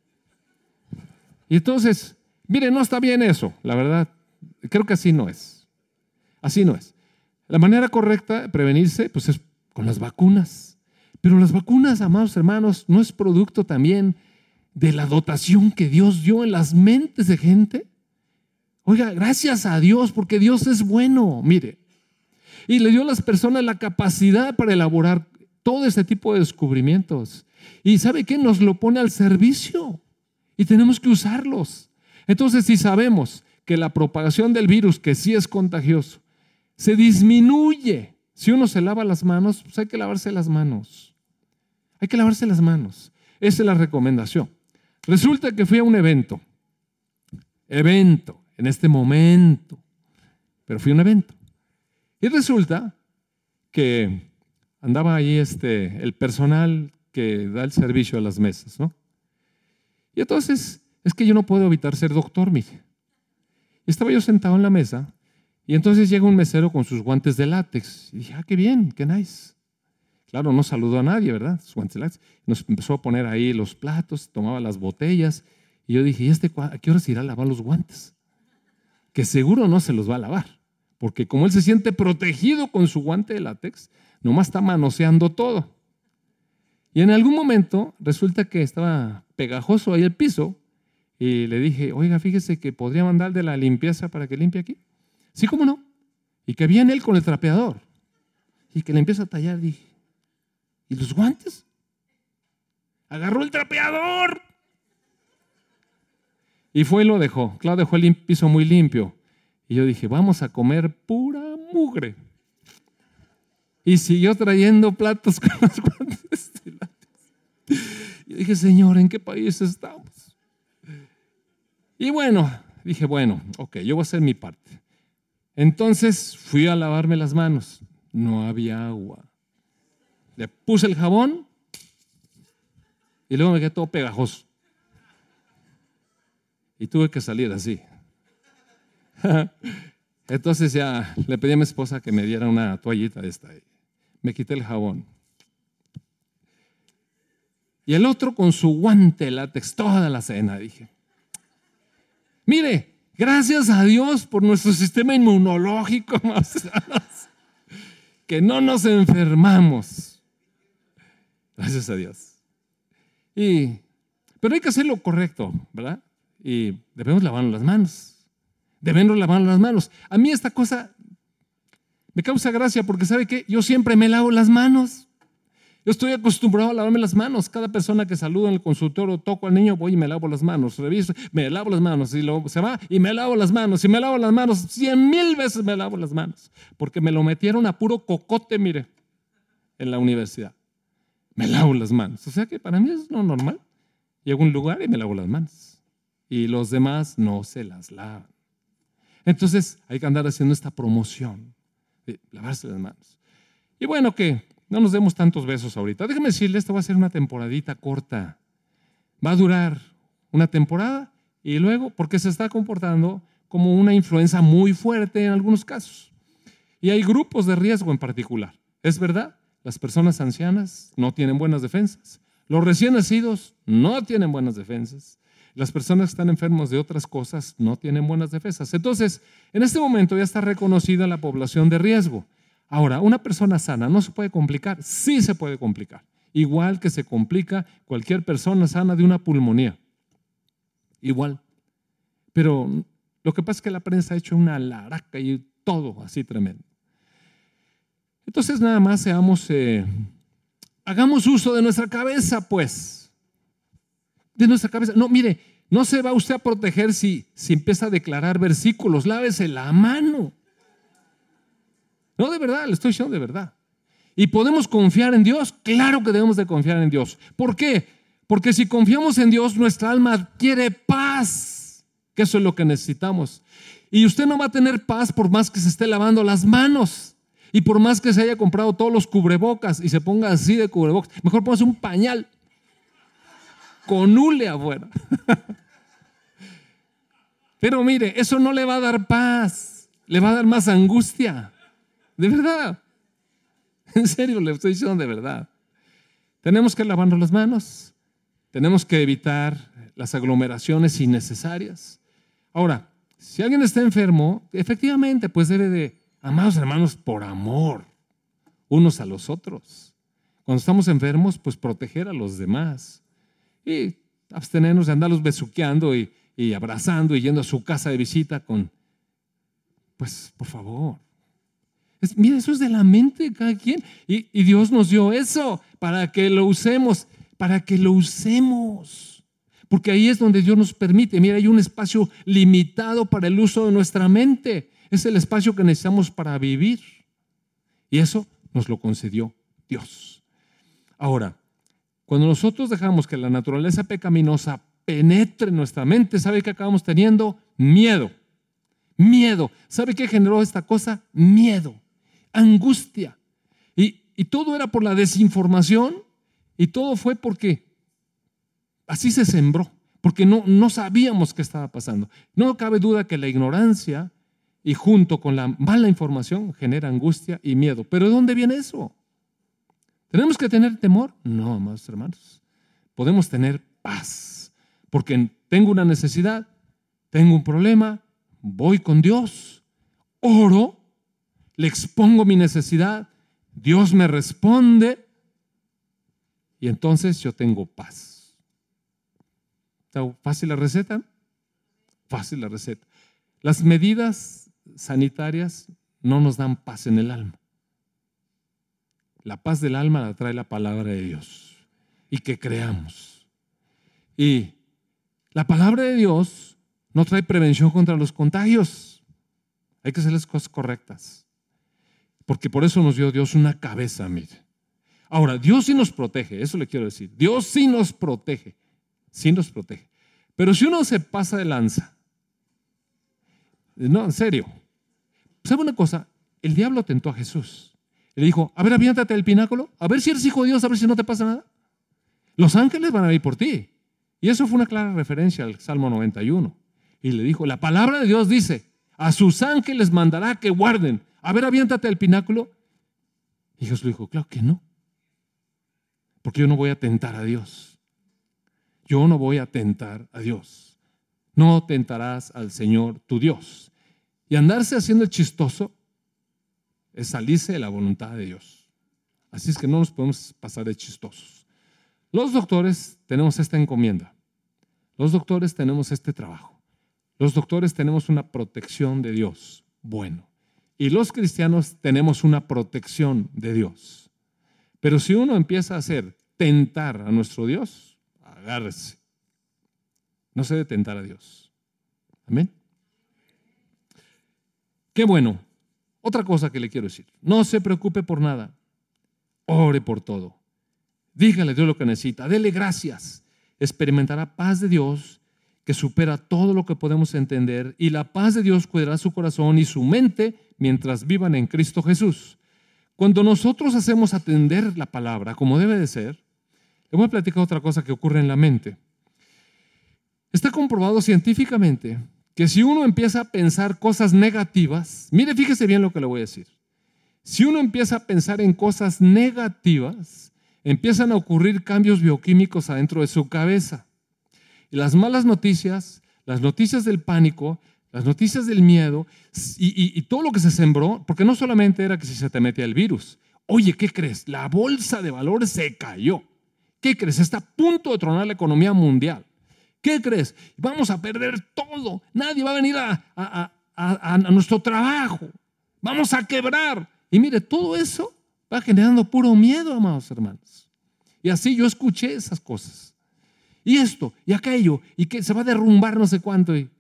[SPEAKER 1] Y entonces, mire, no está bien eso, la verdad. Creo que así no es. Así no es. La manera correcta de prevenirse, pues es con las vacunas. Pero las vacunas, amados hermanos, no es producto también de la dotación que Dios dio en las mentes de gente. Oiga, gracias a Dios, porque Dios es bueno, mire. Y le dio a las personas la capacidad para elaborar todo este tipo de descubrimientos. Y ¿sabe qué? Nos lo pone al servicio y tenemos que usarlos. Entonces, si sabemos que la propagación del virus, que sí es contagioso, se disminuye si uno se lava las manos, pues hay que lavarse las manos. Hay que lavarse las manos. Esa es la recomendación. Resulta que fui a un evento en este momento, pero fui a un evento. Y resulta que andaba ahí el personal que da el servicio a las mesas, ¿no? Y entonces, es que yo no puedo evitar ser doctor, mire. Estaba yo sentado en la mesa y entonces llega un mesero con sus guantes de látex. Y dije, qué bien, qué nice. Claro, no saludó a nadie, ¿verdad? Sus guantes de látex. Nos empezó a poner ahí los platos, tomaba las botellas. Y yo dije, ¿y a qué hora se irá a lavar los guantes? Que seguro no se los va a lavar. Porque como él se siente protegido con su guante de látex, nomás está manoseando todo. Y en algún momento resulta que estaba pegajoso ahí el piso y le dije, oiga, fíjese que podría mandar de la limpieza para que limpie aquí. Sí, cómo no. Y que viene él con el trapeador y que le empieza a tallar. Dije, ¿y los guantes? Agarró el trapeador y fue y lo dejó. Claro, dejó el piso muy limpio. Y yo dije, vamos a comer pura mugre. Y siguió trayendo platos con los guantes de látex. Y dije, Señor, ¿en qué país estamos? Y dije, ok, yo voy a hacer mi parte. Entonces fui a lavarme las manos. No había agua. Le puse el jabón y luego me quedé todo pegajoso. Y tuve que salir así. Entonces ya le pedí a mi esposa que me diera una toallita de esta. Me quité el jabón. Y el otro con su guante de látex toda la cena. Dije, mire, gracias a Dios por nuestro sistema inmunológico, que no nos enfermamos. Gracias a Dios. Pero hay que hacer lo correcto, ¿verdad? Y debemos lavarnos las manos. Debemos lavarnos las manos. A mí esta cosa me causa gracia porque ¿sabe qué? Yo siempre me lavo las manos. Yo estoy acostumbrado a lavarme las manos. Cada persona que saluda en el consultorio, toco al niño, voy y me lavo las manos. Reviso, me lavo las manos. Y luego se va y me lavo las manos. Y me lavo las manos. 100,000 veces me lavo las manos. Porque me lo metieron a puro cocote, mire, en la universidad. Me lavo las manos. O sea que para mí es lo normal. Llego a un lugar y me lavo las manos. y los demás no se las lavan. Entonces hay que andar haciendo esta promoción de lavarse las manos. Y bueno, que no nos demos tantos besos ahorita. Déjeme decirle, esta va a ser una temporadita corta. Va a durar una temporada y luego, porque se está comportando como una influenza muy fuerte en algunos casos. Y hay grupos de riesgo en particular. Es verdad, las personas ancianas no tienen buenas defensas. Los recién nacidos no tienen buenas defensas. Las personas que están enfermos de otras cosas no tienen buenas defensas. Entonces, en este momento ya está reconocida la población de riesgo. Ahora, una persona sana no se puede complicar. Sí se puede complicar. Igual que se complica cualquier persona sana de una pulmonía. Igual. Pero lo que pasa es que la prensa ha hecho una laraca y todo así tremendo. Entonces nada más hagamos uso de nuestra cabeza, pues. De nuestra cabeza. No, mire, no se va usted a proteger si empieza a declarar versículos. Lávese la mano. No, de verdad, le estoy diciendo de verdad. ¿Y podemos confiar en Dios? Claro que debemos de confiar en Dios. ¿Por qué? Porque si confiamos en Dios, nuestra alma adquiere paz, que eso es lo que necesitamos. Y usted no va a tener paz por más que se esté lavando las manos y por más que se haya comprado todos los cubrebocas y se ponga así de cubrebocas. Mejor póngase un pañal con hule afuera. Pero mire, eso no le va a dar paz, le va a dar más angustia. De verdad. En serio, le estoy diciendo de verdad. Tenemos que lavarnos las manos, tenemos que evitar las aglomeraciones innecesarias. Ahora, si alguien está enfermo, efectivamente, pues debe de, amados hermanos, por amor, unos a los otros. Cuando estamos enfermos, pues proteger a los demás y abstenernos de andarlos besuqueando y abrazando y yendo a su casa de visita con, pues, por favor. Mira, eso es de la mente de cada quien. Y Dios nos dio eso para que lo usemos, Porque ahí es donde Dios nos permite. Mira, hay un espacio limitado para el uso de nuestra mente. Es el espacio que necesitamos para vivir. Y eso nos lo concedió Dios. Ahora, cuando nosotros dejamos que la naturaleza pecaminosa penetre en nuestra mente, ¿sabe qué acabamos teniendo? Miedo. Miedo. ¿Sabe qué generó esta cosa? Miedo. Angustia. Y todo era por la desinformación y todo fue porque así se sembró, porque no sabíamos qué estaba pasando. No cabe duda que la ignorancia y junto con la mala información genera angustia y miedo. ¿Pero de dónde viene eso? ¿Tenemos que tener temor? No, amados hermanos. Podemos tener paz, porque tengo una necesidad, tengo un problema, voy con Dios, oro, le expongo mi necesidad, Dios me responde y entonces yo tengo paz. ¿Está fácil la receta? Fácil la receta. Las medidas sanitarias no nos dan paz en el alma. La paz del alma la trae la palabra de Dios y que creamos. Y la palabra de Dios no trae prevención contra los contagios. Hay que hacer las cosas correctas. Porque por eso nos dio Dios una cabeza, mire. Ahora, Dios sí nos protege, eso le quiero decir. Dios sí nos protege. Pero si uno se pasa de lanza, no, en serio, ¿sabe una cosa? El diablo tentó a Jesús. Le dijo, a ver, aviéntate del pináculo, a ver si eres hijo de Dios, a ver si no te pasa nada. Los ángeles van a ir por ti. Y eso fue una clara referencia al Salmo 91. Y le dijo, la palabra de Dios dice, a sus ángeles mandará que guarden. A ver, aviéntate del pináculo. Y Jesús le dijo, claro que no. Porque yo no voy a tentar a Dios. Yo no voy a tentar a Dios. No tentarás al Señor tu Dios. Y andarse haciendo el chistoso es salirse de la voluntad de Dios. Así es que no nos podemos pasar de chistosos. Los doctores tenemos esta encomienda. Los doctores tenemos este trabajo. Los doctores tenemos una protección de Dios. Bueno. Y los cristianos tenemos una protección de Dios. Pero si uno empieza a tentar a nuestro Dios, agárrese. No se debe tentar a Dios. Amén. Qué bueno. Otra cosa que le quiero decir. No se preocupe por nada. Ore por todo. Dígale a Dios lo que necesita. Dele gracias. Experimentará paz de Dios que supera todo lo que podemos entender, y la paz de Dios cuidará su corazón y su mente mientras vivan en Cristo Jesús. Cuando nosotros hacemos atender la palabra como debe de ser, le voy a platicar otra cosa que ocurre en la mente. Está comprobado científicamente que si uno empieza a pensar cosas negativas, mire, fíjese bien lo que le voy a decir. Si uno empieza a pensar en cosas negativas, empiezan a ocurrir cambios bioquímicos adentro de su cabeza. Y las malas noticias, las noticias del pánico, las noticias del miedo y todo lo que se sembró, porque no solamente era que si se te metía el virus. Oye, ¿qué crees? La bolsa de valores se cayó. ¿Qué crees? Está a punto de tronar la economía mundial. ¿Qué crees? Vamos a perder todo. Nadie va a venir a nuestro trabajo. Vamos a quebrar. Y mire, todo eso va generando puro miedo, amados hermanos. Y así yo escuché esas cosas. Y esto, y aquello, y que se va a derrumbar no sé cuánto. Y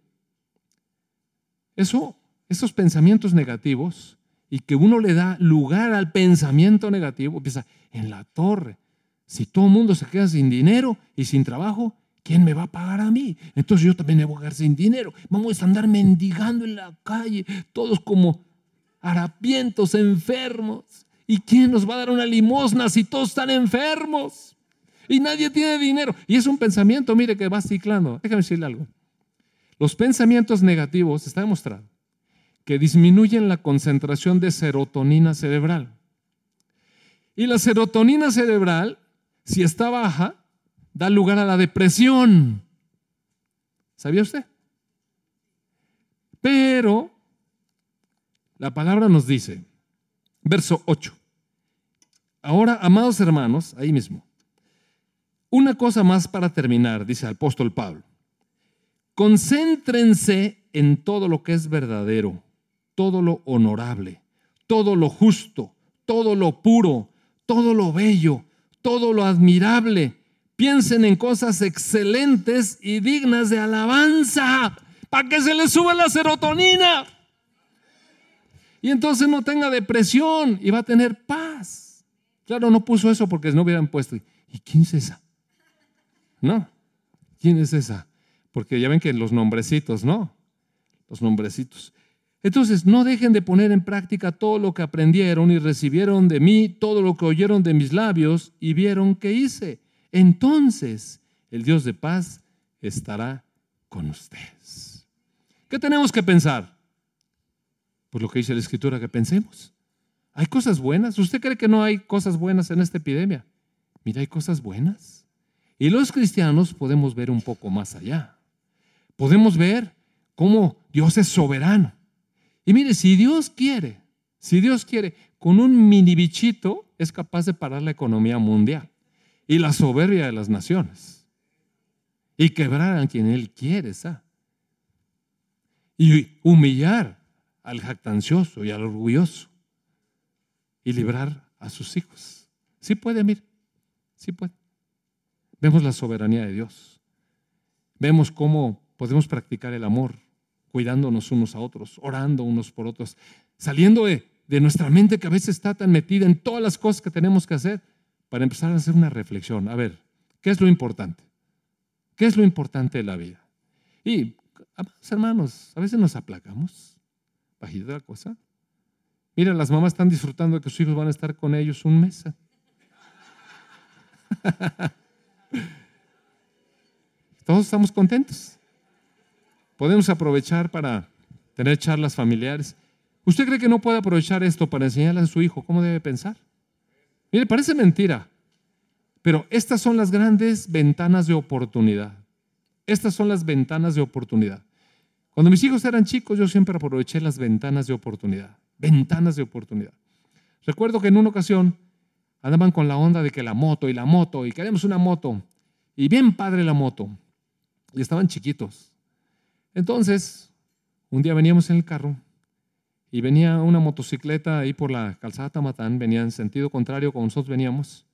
[SPEAKER 1] esos pensamientos negativos, y que uno le da lugar al pensamiento negativo, empieza en la torre. Si todo el mundo se queda sin dinero y sin trabajo, ¿quién me va a pagar a mí? Entonces yo también me voy a quedar sin dinero. Vamos a andar mendigando en la calle, todos como harapientos, enfermos. ¿Y quién nos va a dar una limosna si todos están enfermos? Y nadie tiene dinero. Y es un pensamiento, mire, que va ciclando. Déjame decirle algo. Los pensamientos negativos, está demostrado, que disminuyen la concentración de serotonina cerebral. Y la serotonina cerebral, si está baja, da lugar a la depresión. ¿Sabía usted? Pero la palabra nos dice, verso 8, ahora, amados hermanos, ahí mismo, una cosa más para terminar, dice el apóstol Pablo. Concéntrense en todo lo que es verdadero, todo lo honorable, todo lo justo, todo lo puro, todo lo bello, todo lo admirable. Piensen en cosas excelentes y dignas de alabanza, para que se les suba la serotonina. Y entonces no tenga depresión y va a tener paz. Claro, no puso eso porque no hubieran puesto. ¿Y quién es esa? No, ¿quién es esa? Porque ya ven que los nombrecitos, ¿no? Los nombrecitos. Entonces, no dejen de poner en práctica todo lo que aprendieron y recibieron de mí, todo lo que oyeron de mis labios y vieron que hice. Entonces, el Dios de paz estará con ustedes. ¿Qué tenemos que pensar? Pues lo que dice la Escritura, que pensemos. ¿Hay cosas buenas? ¿Usted cree que no hay cosas buenas en esta epidemia? Mira, hay cosas buenas. Y los cristianos podemos ver un poco más allá. Podemos ver cómo Dios es soberano. Y mire, si Dios quiere, con un mini bichito es capaz de parar la economía mundial y la soberbia de las naciones y quebrar a quien Él quiere, ¿sabes? Y humillar al jactancioso y al orgulloso y librar a sus hijos. Sí puede, mire, sí puede. Vemos la soberanía de Dios. Vemos cómo podemos practicar el amor, cuidándonos unos a otros, orando unos por otros, saliendo de nuestra mente que a veces está tan metida en todas las cosas que tenemos que hacer, para empezar a hacer una reflexión. A ver, ¿qué es lo importante? ¿Qué es lo importante de la vida? Y, hermanos, a veces nos aplacamos, bajita la cosa. Mira, las mamás están disfrutando de que sus hijos van a estar con ellos un mes. Todos estamos contentos. Podemos aprovechar para tener charlas familiares. ¿Usted cree que no puede aprovechar esto para enseñarle a su hijo cómo debe pensar? Mire, parece mentira, pero estas son las grandes ventanas de oportunidad. Estas son las ventanas de oportunidad. Cuando mis hijos eran chicos, yo siempre aproveché las ventanas de oportunidad. Ventanas de oportunidad. Recuerdo que en una ocasión andaban con la onda de que la moto, y queremos una moto. Y bien padre la moto. Y estaban chiquitos. Entonces, un día veníamos en el carro y venía una motocicleta ahí por la calzada Tamatán, venía en sentido contrario como nosotros veníamos.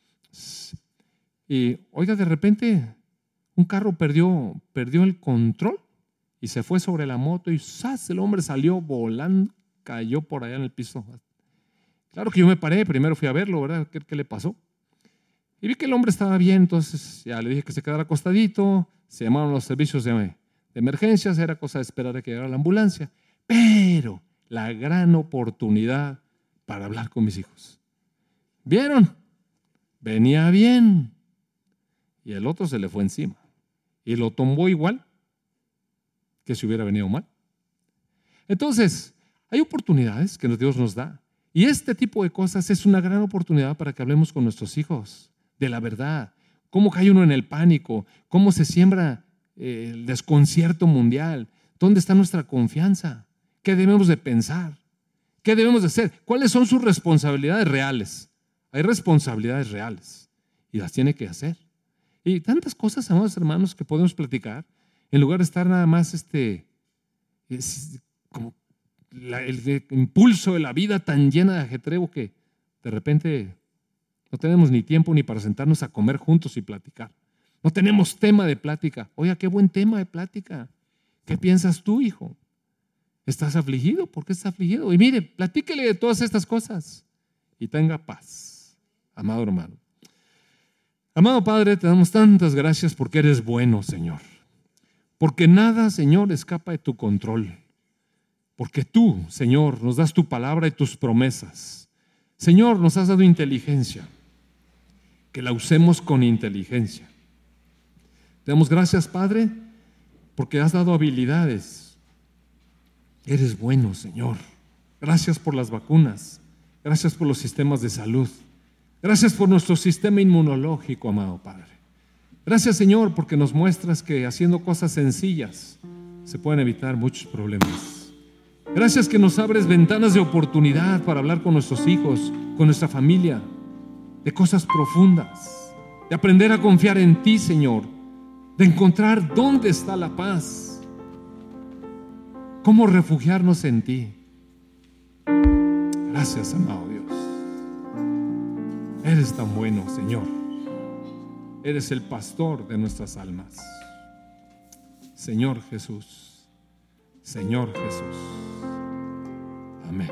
[SPEAKER 1] Y, oiga, de repente un carro perdió el control y se fue sobre la moto y ¡zas! El hombre salió volando, cayó por allá en el piso. Claro que yo me paré, primero fui a verlo, ¿verdad? ¿Qué le pasó? Y vi que el hombre estaba bien, entonces ya le dije que se quedara acostadito, se llamaron los servicios de emergencias, era cosa de esperar a que llegara la ambulancia. Pero la gran oportunidad para hablar con mis hijos. ¿Vieron? Venía bien. Y el otro se le fue encima. Y lo tomó igual que si hubiera venido mal. Entonces, hay oportunidades que Dios nos da. Y este tipo de cosas es una gran oportunidad para que hablemos con nuestros hijos de la verdad. Cómo cae uno en el pánico, cómo se siembra el desconcierto mundial, dónde está nuestra confianza, qué debemos de pensar, qué debemos de hacer, cuáles son sus responsabilidades reales. Hay responsabilidades reales y las tiene que hacer. Y tantas cosas, amados hermanos, que podemos platicar en lugar de estar nada más como el impulso de la vida tan llena de ajetreo que de repente no tenemos ni tiempo ni para sentarnos a comer juntos y platicar. No tenemos tema de plática. Oiga, qué buen tema de plática. ¿Qué piensas tú, hijo? ¿Estás afligido? ¿Por qué estás afligido? Y mire, platíquele de todas estas cosas y tenga paz, amado hermano. Amado Padre, te damos tantas gracias porque eres bueno, Señor. Porque nada, Señor, escapa de tu control. Porque tú, Señor, nos das tu palabra y tus promesas. Señor, nos has dado inteligencia. Que la usemos con inteligencia. Te damos gracias, Padre, porque has dado habilidades. Eres bueno, Señor. Gracias por las vacunas. Gracias por los sistemas de salud. Gracias por nuestro sistema inmunológico, amado Padre. Gracias, Señor, porque nos muestras que haciendo cosas sencillas se pueden evitar muchos problemas. Gracias que nos abres ventanas de oportunidad para hablar con nuestros hijos, con nuestra familia, de cosas profundas, de aprender a confiar en ti, Señor, de encontrar dónde está la paz, cómo refugiarnos en ti. Gracias, amado Dios. Eres tan bueno, Señor. Eres el pastor de nuestras almas. Señor Jesús. Señor Jesús. Amén.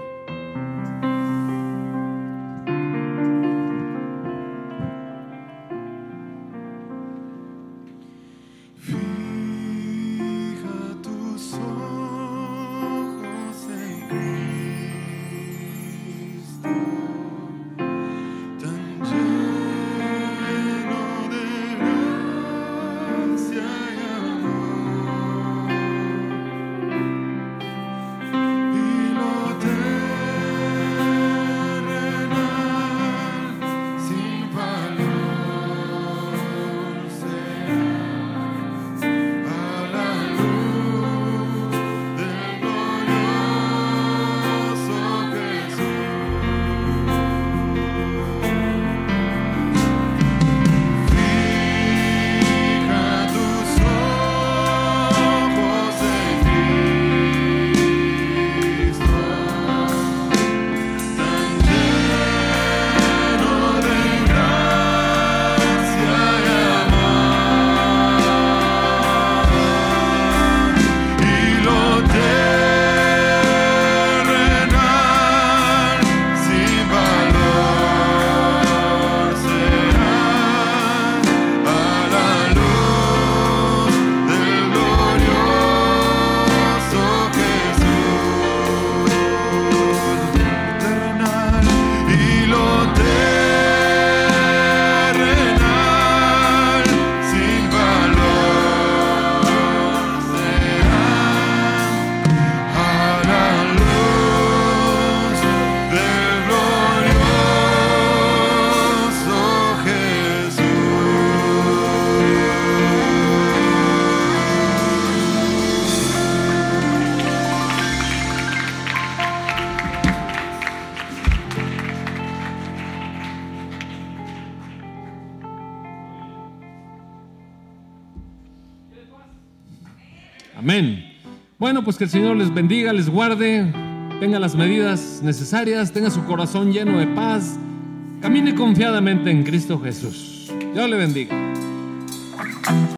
[SPEAKER 1] Amén. Bueno, pues que el Señor les bendiga, les guarde, tenga las medidas necesarias, tenga su corazón lleno de paz, camine confiadamente en Cristo Jesús. Dios le bendiga.